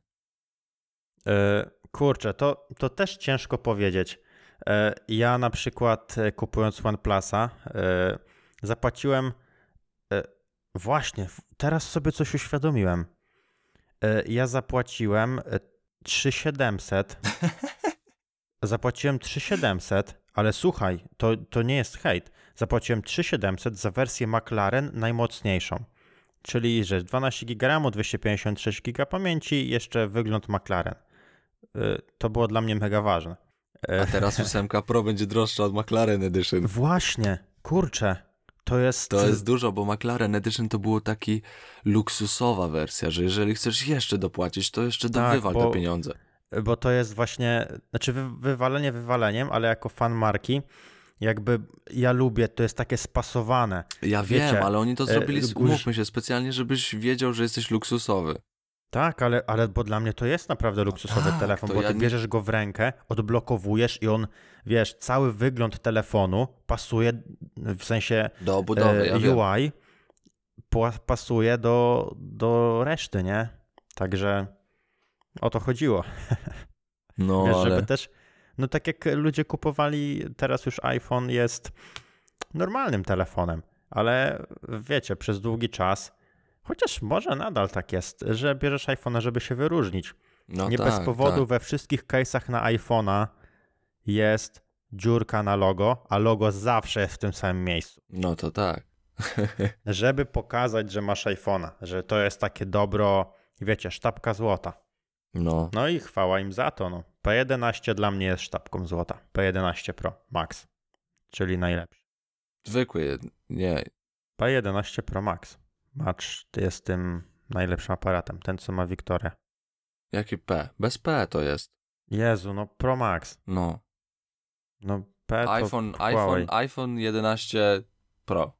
E, kurczę, to, to też ciężko powiedzieć. E, ja na przykład e, kupując OnePlusa e, zapłaciłem e, właśnie, w- teraz sobie coś uświadomiłem. E, ja zapłaciłem e, trzy tysiące siedemset. Zapłaciłem trzy tysiące siedemset, ale słuchaj, to, to nie jest hejt. Zapłaciłem trzy tysiące siedemset za wersję McLaren najmocniejszą. Czyli, że dwanaście giga ramu, dwieście pięćdziesiąt sześć giga pamięci i jeszcze wygląd McLaren. Y, To było dla mnie mega ważne. Y, A teraz ósemka Pro będzie droższa od McLaren Edition. Właśnie, kurczę, to jest... To jest dużo, bo McLaren Edition to było taki luksusowa wersja, że jeżeli chcesz jeszcze dopłacić, to jeszcze Tak, dowywal bo- te pieniądze. Bo to jest właśnie, znaczy wy, wywalenie wywaleniem, ale jako fan marki, jakby ja lubię, to jest takie spasowane. Ja Wiecie, wiem, ale oni to e, zrobili, guż- umówmy się, specjalnie, żebyś wiedział, że jesteś luksusowy. Tak, ale, ale bo dla mnie to jest naprawdę luksusowy tak, telefon, to bo ja ty nie- bierzesz go w rękę, odblokowujesz i on, wiesz, cały wygląd telefonu pasuje, w sensie Do obudowy, e, ja wiem. U I pła- pasuje do, do reszty, nie? Także o to chodziło. No, Wiesz, ale żeby też, no tak jak ludzie kupowali, teraz już iPhone jest normalnym telefonem, ale wiecie, przez długi czas, chociaż może nadal tak jest, że bierzesz iPhone'a, żeby się wyróżnić. no Nie tak, bez powodu tak. we wszystkich case'ach na iPhone'a jest dziurka na logo, a logo zawsze jest w tym samym miejscu. No to tak. Żeby pokazać, że masz iPhone'a, że to jest takie dobro, wiecie, sztabka złota. No, No i chwała im za to. No. P jedenaście dla mnie jest sztabką złota. P jedenaście Pro Max, czyli najlepszy. zwykły, nie. P jedenaście Pro Max. Match jest tym najlepszym aparatem, ten co ma Victoria. Jaki P? Bez P to jest. Jezu, no Pro Max. No. No P to iPhone, Huawei. iPhone, iPhone jedenaście Pro.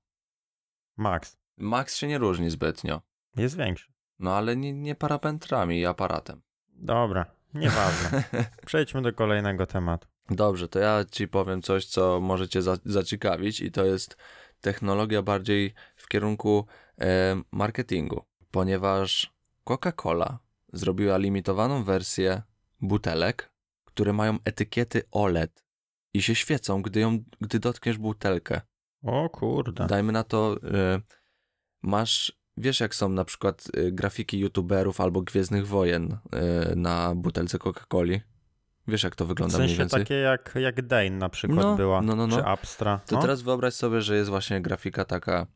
Max. Max się nie różni zbytnio. Jest większy. No ale nie, nie parametrami i aparatem. Dobra, nieważne. Przejdźmy do kolejnego tematu. Dobrze, to ja ci powiem coś, co może cię za, zaciekawić i to jest technologia bardziej w kierunku e, marketingu, ponieważ Coca-Cola zrobiła limitowaną wersję butelek, które mają etykiety O L E D i się świecą, gdy, ją, gdy dotkniesz butelkę. O kurde. Dajmy na to, e, masz, wiesz jak są na przykład e, grafiki youtuberów albo Gwiezdnych Wojen e, na butelce Coca-Coli? Wiesz jak to W wygląda mniej sensie więcej? takie jak, jak Dane na przykład No, była, no, no, no. czy Abstra. To no? teraz wyobraź sobie, że jest właśnie grafika taka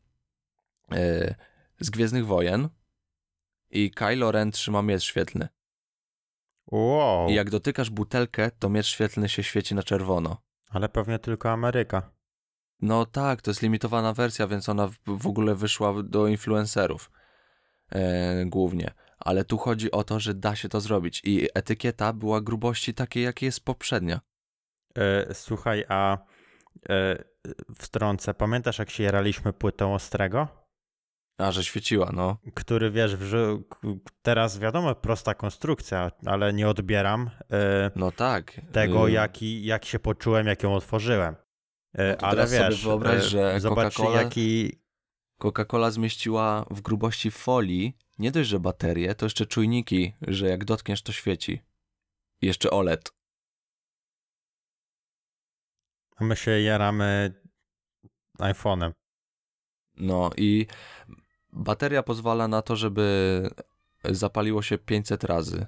e, z Gwiezdnych Wojen i Kylo Ren trzyma miecz świetlny. Wow, I jak dotykasz butelkę, to miecz świetlny się świeci na czerwono. ale pewnie tylko Ameryka. No tak, to jest limitowana wersja, więc ona w, w ogóle wyszła do influencerów e, głównie. Ale tu chodzi o to, że da się to zrobić i etykieta była grubości takiej, jakiej jest poprzednia. E, słuchaj, a e, wtrącę, pamiętasz jak się jaraliśmy płytą Ostrego? A, że świeciła, no. Który wiesz, wrzu- k- teraz wiadomo, prosta konstrukcja, ale nie odbieram e, No tak. tego, y, jaki, jak się poczułem, jak ją otworzyłem. E, No to ale teraz sobie wiesz, wyobraź, e, że zobacz Coca-Cola- jaki. Coca-Cola zmieściła w grubości folii nie dość, że baterie, to jeszcze czujniki, że jak dotkniesz, to świeci. I jeszcze O L E D. A my się jaramy iPhone'em. No i bateria pozwala na to, żeby zapaliło się pięćset razy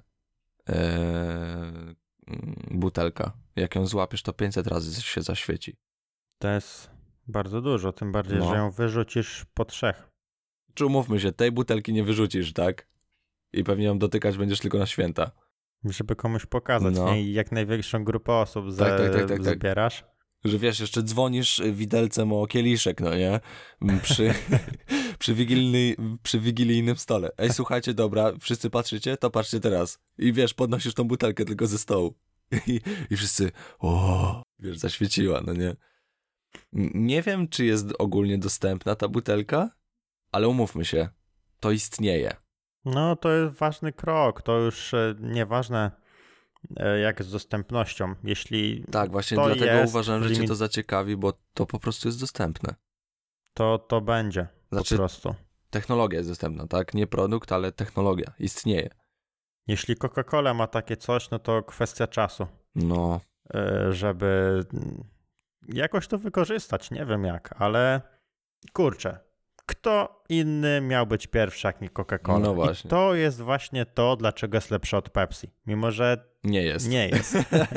eee, butelka. Jak ją złapiesz, to pięćset razy się zaświeci. To jest bardzo dużo, tym bardziej, No. że ją wyrzucisz po trzech. Czy umówmy się, tej butelki nie wyrzucisz, tak? I pewnie ją dotykać będziesz tylko na święta. Żeby komuś pokazać, No. nie? I jak największą grupę osób ze- Tak, tak, tak, tak, tak. zbierasz. Że wiesz, jeszcze dzwonisz widelcem o kieliszek, no nie? Przy, przy, wigilijny, przy wigilijnym stole. Ej, słuchajcie, dobra, wszyscy patrzycie? To patrzcie teraz. I wiesz, podnosisz tą butelkę tylko ze stołu. I, i wszyscy, o, wiesz, zaświeciła, no nie? N- Nie wiem, czy jest ogólnie dostępna ta butelka, ale umówmy się, to istnieje. No to jest ważny krok, to już e, nieważne e, jak z dostępnością. Jeśli Tak, właśnie to dlatego jest uważam, że cię limit- to zaciekawi, bo to po prostu jest dostępne. to, to będzie Znaczy- po prostu. Technologia jest dostępna, tak? Nie produkt, ale technologia. Istnieje. Jeśli Coca-Cola ma takie coś, no to kwestia czasu, No, e, żeby mm, jakoś to wykorzystać. Nie wiem jak, ale kurczę, kto inny miał być pierwszy jak nie Coca-Cola? No I właśnie. to jest właśnie to, dlaczego jest lepsze od Pepsi. Mimo, że nie jest. nie jest.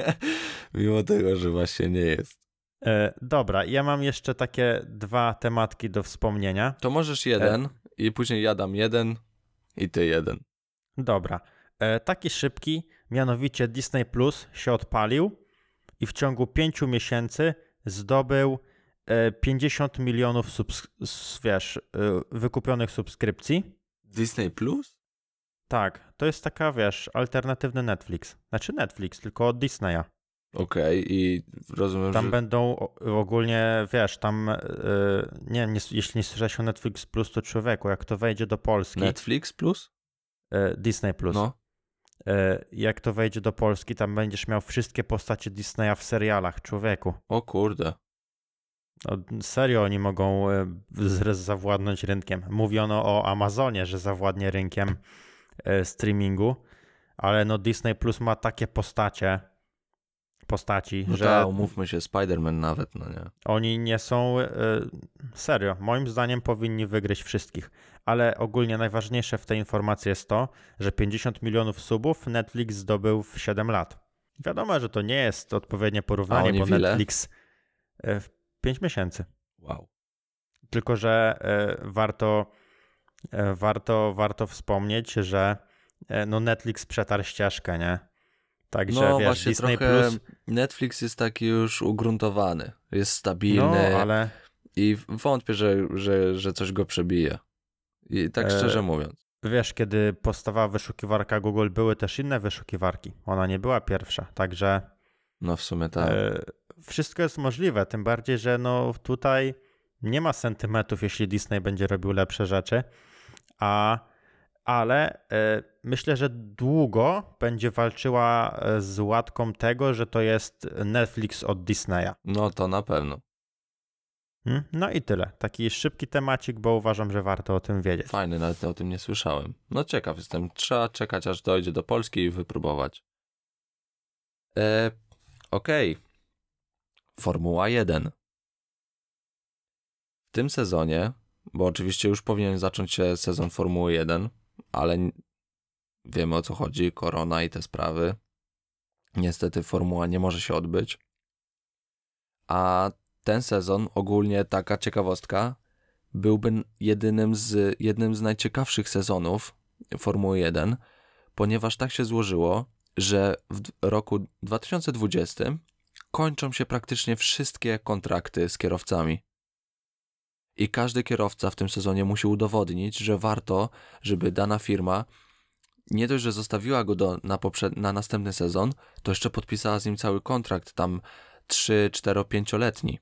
Mimo tego, że właśnie nie jest. E, dobra, ja mam jeszcze takie dwa tematki do wspomnienia. To możesz jeden i później ja dam jeden i ty jeden. Dobra. E, taki szybki, mianowicie Disney Plus się odpalił i w ciągu pięciu miesięcy zdobył e, pięćdziesiąt milionów subs- s- wiesz, e, wykupionych subskrypcji. Disney Plus? Tak, to jest taka, wiesz, alternatywny Netflix. Znaczy Netflix, tylko od Disneya. Okej, i rozumiem, Tam że... będą o- ogólnie, wiesz, tam, e, nie wiem, nie, jeśli nie słyszałeś o Netflix Plus, to człowieku, jak to wejdzie do Polski, Netflix Plus? e, Disney Plus, No. e, jak to wejdzie do Polski, tam będziesz miał wszystkie postacie Disneya w serialach, człowieku. O kurde. No, serio oni mogą e, z- zawładnąć rynkiem. Mówiono o Amazonie, że zawładnie rynkiem e, streamingu, ale no Disney Plus ma takie postacie, postaci, No że tak, umówmy się, Spider-Man nawet, no nie. oni nie są, e, serio, moim zdaniem powinni wygryźć wszystkich. Ale ogólnie najważniejsze w tej informacji jest to, że pięćdziesiąt milionów subów Netflix zdobył w siedem lat. Wiadomo, że to nie jest odpowiednie porównanie, oni bo w ile? Netflix e, w pięć miesięcy. Wow. Tylko że e, warto, e, warto, warto wspomnieć, że e, no Netflix przetarł ścieżkę, nie? Także No wiesz, właśnie Disney trochę Plus, Netflix jest taki już ugruntowany. Jest no stabilny ale i wątpię, że, że, że coś go przebije. I tak E, szczerze mówiąc. wiesz, kiedy powstawała wyszukiwarka Google, były też inne wyszukiwarki. Ona nie była pierwsza, także No w sumie tak. e, wszystko jest możliwe, tym bardziej, że no tutaj nie ma sentymentów, jeśli Disney będzie robił lepsze rzeczy, a ale e, myślę, że długo będzie walczyła e, z łatką tego, że to jest Netflix od Disneya. No to na pewno. Hmm? No i tyle. Taki szybki temacik, bo uważam, że warto o tym wiedzieć. Fajny, nawet o tym nie słyszałem. No ciekaw jestem. Trzeba czekać, aż dojdzie do Polski i wypróbować. E, Okej. Formuła jeden. W tym sezonie, bo oczywiście już powinien zacząć się sezon Formuły jeden, ale n- wiemy o co chodzi, korona i te sprawy. Niestety formuła nie może się odbyć. A ten sezon, ogólnie taka ciekawostka, byłby jedynym z, jednym z najciekawszych sezonów Formuły jeden, ponieważ tak się złożyło, że w d- roku dwa tysiące dwudziestym kończą się praktycznie wszystkie kontrakty z kierowcami. I każdy kierowca w tym sezonie musi udowodnić, że warto, żeby dana firma nie dość, że zostawiła go do, na, poprzed, na następny sezon, to jeszcze podpisała z nim cały kontrakt, tam trzy, cztery, pięcioletni.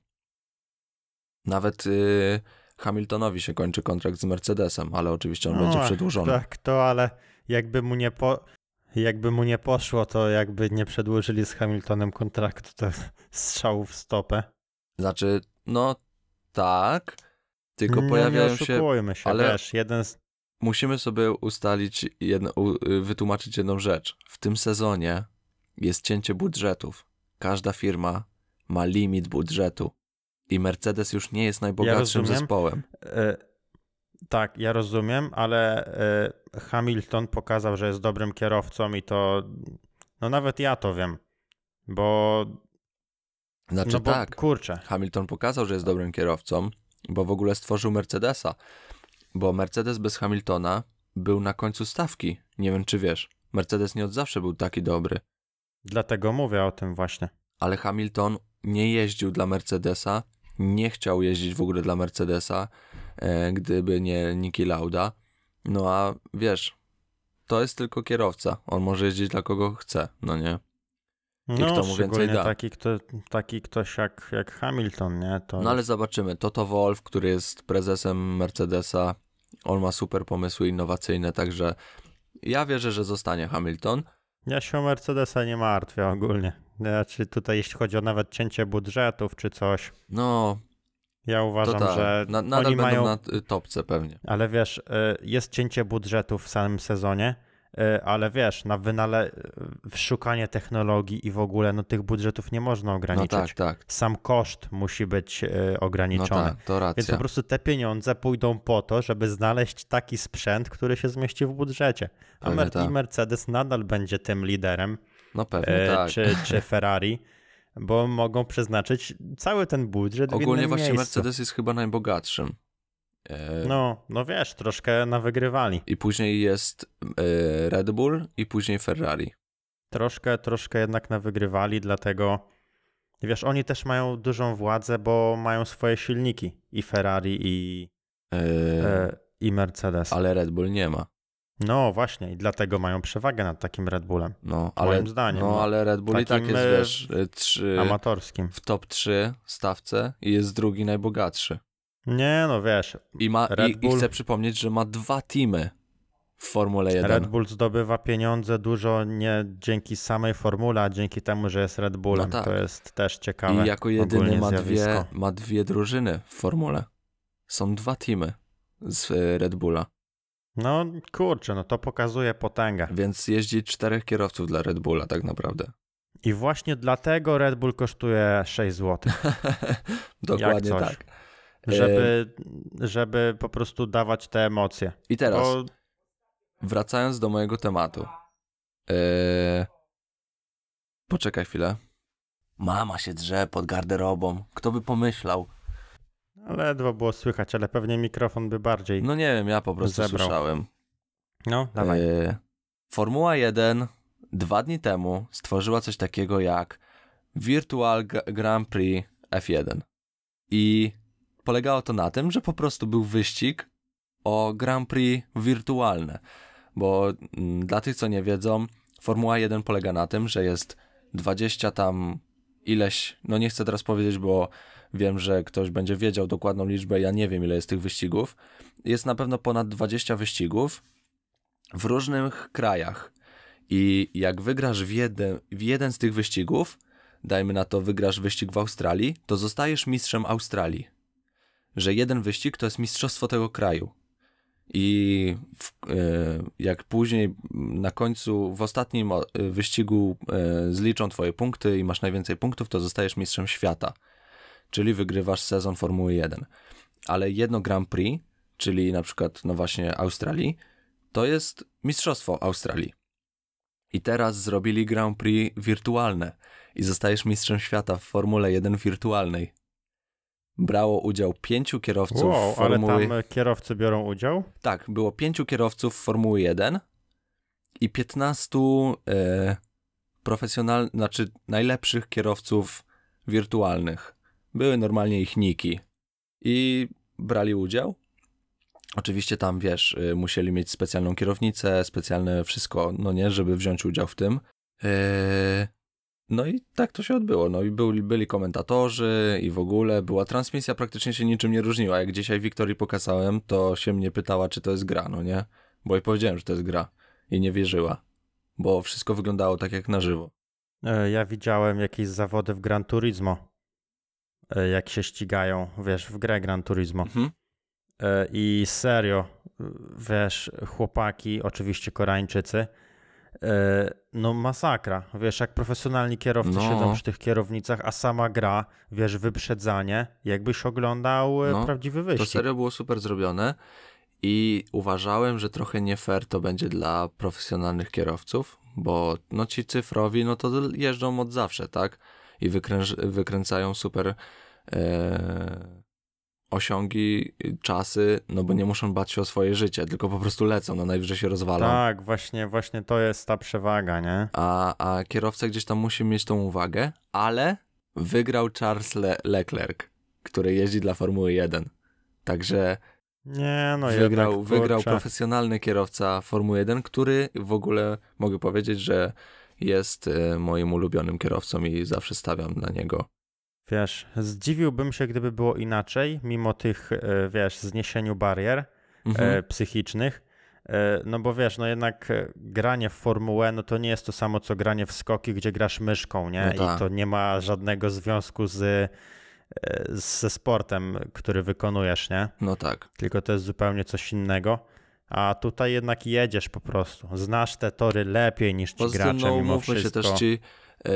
Nawet yy, Hamiltonowi się kończy kontrakt z Mercedesem, ale oczywiście on No, będzie przedłużony. Tak, to ale jakby mu nie po... Jakby mu nie poszło, to jakby nie przedłużyli z Hamiltonem kontraktu, to strzał w stopę. Znaczy, no tak, tylko nie, pojawiają nie się... oszukujmy się, ale- wiesz, jeden z... Musimy sobie ustalić, jedno, u, y, wytłumaczyć jedną rzecz. W tym sezonie jest cięcie budżetów. Każda firma ma limit budżetu. I Mercedes już nie jest najbogatszym rozumiem. zespołem. E, tak, ja rozumiem, ale e, Hamilton pokazał, że jest dobrym kierowcą i to, no nawet ja to wiem, bo, Znaczy no bo tak, kurczę, Hamilton pokazał, że jest dobrym kierowcą, bo w ogóle stworzył Mercedesa. Bo Mercedes bez Hamiltona był na końcu stawki. Nie wiem, czy wiesz. Mercedes nie od zawsze był taki dobry. dlatego mówię o tym właśnie. Ale Hamilton nie jeździł dla Mercedesa, nie chciał jeździć w ogóle dla Mercedesa, e, gdyby nie Niki Lauda. No a wiesz, to jest tylko kierowca. On może jeździć dla kogo chce, no nie? No, kto mu więcej szczególnie da. taki, kto, taki ktoś jak, jak Hamilton, nie? To No ale zobaczymy. Toto Wolff, który jest prezesem Mercedesa, on ma super pomysły innowacyjne, także ja wierzę, że zostanie Hamilton. ja się o Mercedesa nie martwię ogólnie. Znaczy tutaj jeśli chodzi o nawet cięcie budżetów czy coś, No, ja to uważam, tak. że Na, nadal oni będą mają... na y, topce pewnie. Ale wiesz, y, jest cięcie budżetu w samym sezonie, y, ale wiesz, na wynale... w szukanie technologii i w ogóle, no tych budżetów nie można No ograniczyć. tak, tak. Sam koszt musi być y, No ograniczony. tak, to racja. Więc po prostu te pieniądze pójdą po to, żeby znaleźć taki sprzęt, który się zmieści w budżecie. A Pewnie Mer- tak. i Mercedes nadal będzie tym liderem, No pewnie e, tak. czy, czy Ferrari, bo mogą przeznaczyć cały ten budżet w Ogólnie innym właśnie miejscu. Mercedes jest chyba najbogatszym. E, No, no wiesz, troszkę nawygrywali. I później jest e, Red Bull i później Ferrari. Troszkę, troszkę jednak nawygrywali, dlatego wiesz, oni też mają dużą władzę, bo mają swoje silniki i Ferrari i, E, e, i Mercedes. ale Red Bull nie ma. No właśnie i dlatego mają przewagę nad takim Red Bullem. No, ale, Moim zdaniem, No, no. ale Red Bull i tak Takim, jest, e, wiesz, e, trzy, Amatorskim. w top trzy stawce i jest drugi najbogatszy. Nie no wiesz, I, ma, Red i, i Bull- chcę przypomnieć, że ma dwa teamy w Formule jeden. Red Bull zdobywa pieniądze dużo nie dzięki samej formule, a dzięki temu, że jest Red Bullem. No tak. To jest też ciekawe. I jako jedyny ogólnie ma dwie, zjawisko. ma dwie drużyny w formule. Są dwa teamy z e, Red Bulla, No kurczę, no to pokazuje potęgę. więc jeździ czterech kierowców dla Red Bulla tak naprawdę. I właśnie dlatego Red Bull kosztuje sześć złotych, Dokładnie coś. tak. żeby, żeby po prostu dawać te emocje. I teraz, Bo wracając do mojego tematu. E, poczekaj chwilę. Mama się drze pod garderobą. Kto by pomyślał? ledwo było słychać, ale pewnie mikrofon by bardziej... No, No nie wiem, ja po prostu Zebrał. słyszałem. dawaj. E, Formuła jeden dwa dni temu stworzyła coś takiego jak Virtual G- Grand Prix F jeden. I polegało to na tym, że po prostu był wyścig o Grand Prix wirtualne. Bo mm, dla tych, co nie wiedzą, Formuła jeden polega na tym, że jest dwadzieścia tam ileś, no nie chcę teraz powiedzieć, bo wiem, że ktoś będzie wiedział dokładną liczbę, ja nie wiem ile jest tych wyścigów. Jest na pewno ponad dwadzieścia wyścigów w różnych krajach. I jak wygrasz w jeden, w jeden z tych wyścigów, dajmy na to wygrasz wyścig w Australii, to zostajesz mistrzem Australii. Że jeden wyścig to jest mistrzostwo tego kraju. I w, e, jak później na końcu, w ostatnim e, wyścigu e, zliczą twoje punkty i masz najwięcej punktów, to zostajesz mistrzem świata. Czyli wygrywasz sezon Formuły jeden. Ale jedno Grand Prix, czyli na przykład no właśnie Australii, to jest mistrzostwo Australii. I teraz zrobili Grand Prix wirtualne i zostajesz mistrzem świata w Formule jeden wirtualnej. Brało udział pięciu kierowców Wow, ale Formuły... tam kierowcy biorą udział? Tak, było pięciu kierowców Formuły jeden i piętnastu e, profesjonalnych, znaczy najlepszych kierowców wirtualnych. Były normalnie ich niki i brali udział. Oczywiście tam, wiesz, y, musieli mieć specjalną kierownicę, specjalne wszystko, no nie, żeby wziąć udział w tym. Yy, No i tak to się odbyło. No i byli, byli komentatorzy i w ogóle była transmisja, praktycznie się niczym nie różniła. Jak dzisiaj Wiktorii pokazałem, to się mnie pytała, czy to jest gra, no nie? Bo jej powiedziałem, że to jest gra i nie wierzyła, bo wszystko wyglądało tak jak na żywo. E, Ja widziałem jakieś zawody w Gran Turismo, e, jak się ścigają, wiesz, w grę Gran Turismo. Mhm. E, I serio, wiesz, chłopaki, oczywiście Koreańczycy, e, no masakra. Wiesz, jak profesjonalni kierowcy No. siedzą przy tych kierownicach, a sama gra, wiesz, wyprzedzanie, jakbyś oglądał e, No, prawdziwy To wyścig. serio było super zrobione i uważałem, że trochę nie fair to będzie dla profesjonalnych kierowców, bo no ci cyfrowi, no to jeżdżą od zawsze, tak? I wykręż, wykręcają super e, osiągi, czasy, no bo nie muszą bać się o swoje życie, tylko po prostu lecą, no najwyżej się rozwalą. Tak, właśnie, właśnie to jest ta przewaga, nie? A, a kierowca gdzieś tam musi mieć tą uwagę, ale wygrał Charles Le- Leclerc, który jeździ dla Formuły jeden. Także Nie, no wygrał, jednak, wygrał kurczę. profesjonalny kierowca Formuły jeden, który w ogóle mogę powiedzieć, że jest e, moim ulubionym kierowcą i zawsze stawiam na niego. Wiesz, zdziwiłbym się, gdyby było inaczej, mimo tych, e, wiesz, zniesieniu barier Mhm. e, psychicznych. E, no bo wiesz, no jednak e, granie w Formułę, no to nie jest to samo, co granie w skoki, gdzie grasz myszką, nie? No tak. I to nie ma żadnego związku z, e, ze sportem, który wykonujesz, nie? No tak. Tylko to jest zupełnie coś innego. A tutaj jednak jedziesz po prostu. Znasz te tory lepiej niż ci Poza tym, gracze no mimo umówmy się wszystko. też, ci, e,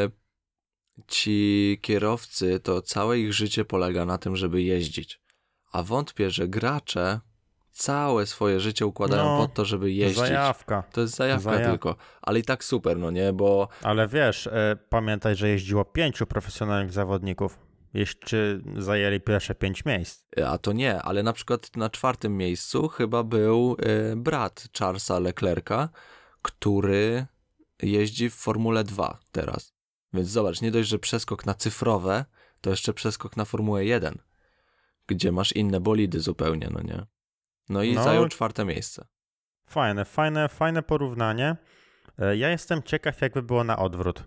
ci kierowcy, to całe ich życie polega na tym, żeby jeździć. A wątpię, że gracze całe swoje życie układają No, pod to, żeby jeździć. Zajawka. To jest zajawka Zajaw- tylko. Ale i tak super, no nie? Bo Ale wiesz, e, pamiętaj, że jeździło pięciu profesjonalnych zawodników. Jeszcze zajęli pierwsze pięć miejsc. a to nie, ale na przykład na czwartym miejscu chyba był e, brat Charlesa Leclerca, który jeździ w Formule dwa teraz. Więc zobacz, nie dość, że przeskok na cyfrowe, to jeszcze przeskok na Formułę jeden, gdzie masz inne bolidy zupełnie, no nie? No i No. zajął czwarte miejsce. Fajne, fajne, fajne porównanie. E, Ja jestem ciekaw, jakby było na odwrót.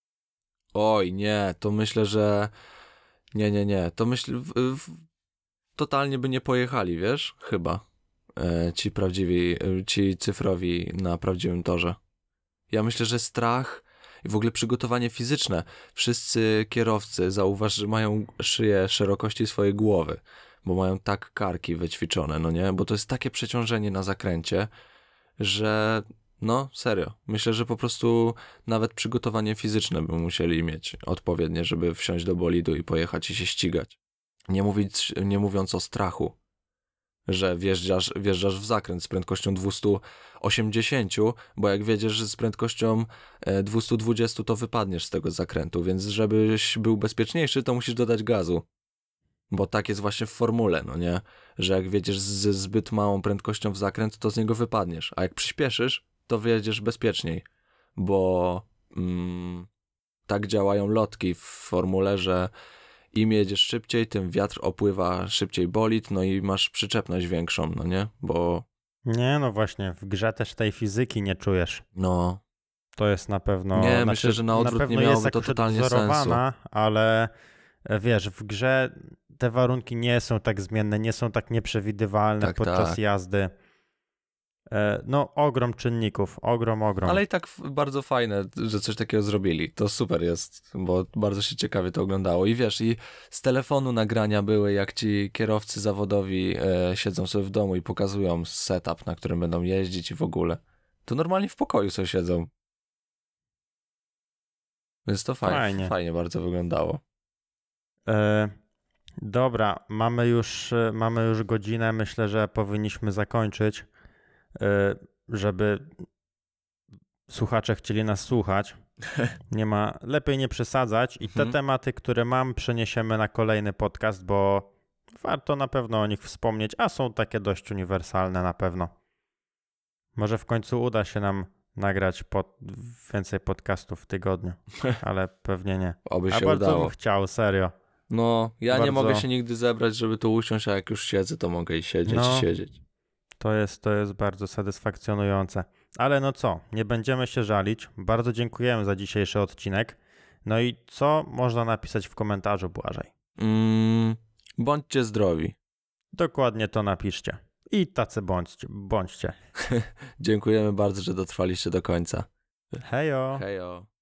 Oj, nie, to myślę, że nie, nie, nie, to myślę, w, w... totalnie by nie pojechali, wiesz? Chyba. E, ci prawdziwi, e, ci cyfrowi na prawdziwym torze. Ja myślę, że strach i w ogóle przygotowanie fizyczne. Wszyscy kierowcy, zauważ, że mają szyję szerokości swojej głowy, bo mają tak karki wyćwiczone, no nie? Bo to jest takie przeciążenie na zakręcie, że no serio. Myślę, że po prostu nawet przygotowanie fizyczne by musieli mieć odpowiednie, żeby wsiąść do bolidu i pojechać i się ścigać. Nie, mówić, nie mówiąc o strachu, że wjeżdżasz, wjeżdżasz w zakręt z prędkością dwieście osiemdziesiąt, bo jak wiedziesz z prędkością e, dwieście dwadzieścia, to wypadniesz z tego zakrętu, więc żebyś był bezpieczniejszy, to musisz dodać gazu. Bo tak jest właśnie w formule, no nie? Że jak wjedziesz z zbyt małą prędkością w zakręt, to z niego wypadniesz, a jak przyspieszysz, to wjedziesz bezpieczniej, bo mm, tak działają lotki w formule, że im jedziesz szybciej, tym wiatr opływa szybciej bolid, no i masz przyczepność większą, no nie? Bo Nie, no właśnie, w grze też tej fizyki nie czujesz. no, To jest na pewno... Nie, znaczy, myślę, że na odwrót pewno nie miałoby jest to jakoś totalnie odwzorowana, ale e, wiesz, w grze te warunki nie są tak zmienne, nie są tak nieprzewidywalne Tak, podczas tak. jazdy. E, No, ogrom czynników, ogrom, ogrom. ale i tak f- bardzo fajne, że coś takiego zrobili. To super jest, bo bardzo się ciekawie to oglądało. I wiesz, i z telefonu nagrania były, jak ci kierowcy zawodowi e, siedzą sobie w domu i pokazują setup, na którym będą jeździć i w ogóle. To normalnie w pokoju sobie siedzą. Więc to fajnie, Fajnie. fajnie bardzo wyglądało. E, Dobra, mamy już, e, mamy już godzinę. Myślę, że powinniśmy zakończyć, e, żeby słuchacze chcieli nas słuchać. Nie ma, lepiej nie przesadzać i te Mhm. tematy, które mam, przeniesiemy na kolejny podcast, bo warto na pewno o nich wspomnieć, a są takie dość uniwersalne na pewno. Może w końcu uda się nam nagrać pod, więcej podcastów w tygodniu, ale pewnie nie. Oby A się bardzo udało. bym chciał, serio. No, ja nie Bardzo- mogę się nigdy zebrać, żeby tu usiąść, a jak już siedzę, to mogę i siedzieć No. i siedzieć. To jest, to jest bardzo satysfakcjonujące. Ale no co, nie będziemy się żalić. Bardzo dziękujemy za dzisiejszy odcinek. No i co można napisać w komentarzu, Błażej? Mm, bądźcie zdrowi. Dokładnie to napiszcie. I tacy bądźcie. bądźcie. Dziękujemy bardzo, że dotrwaliście do końca. Hejo! Hejo.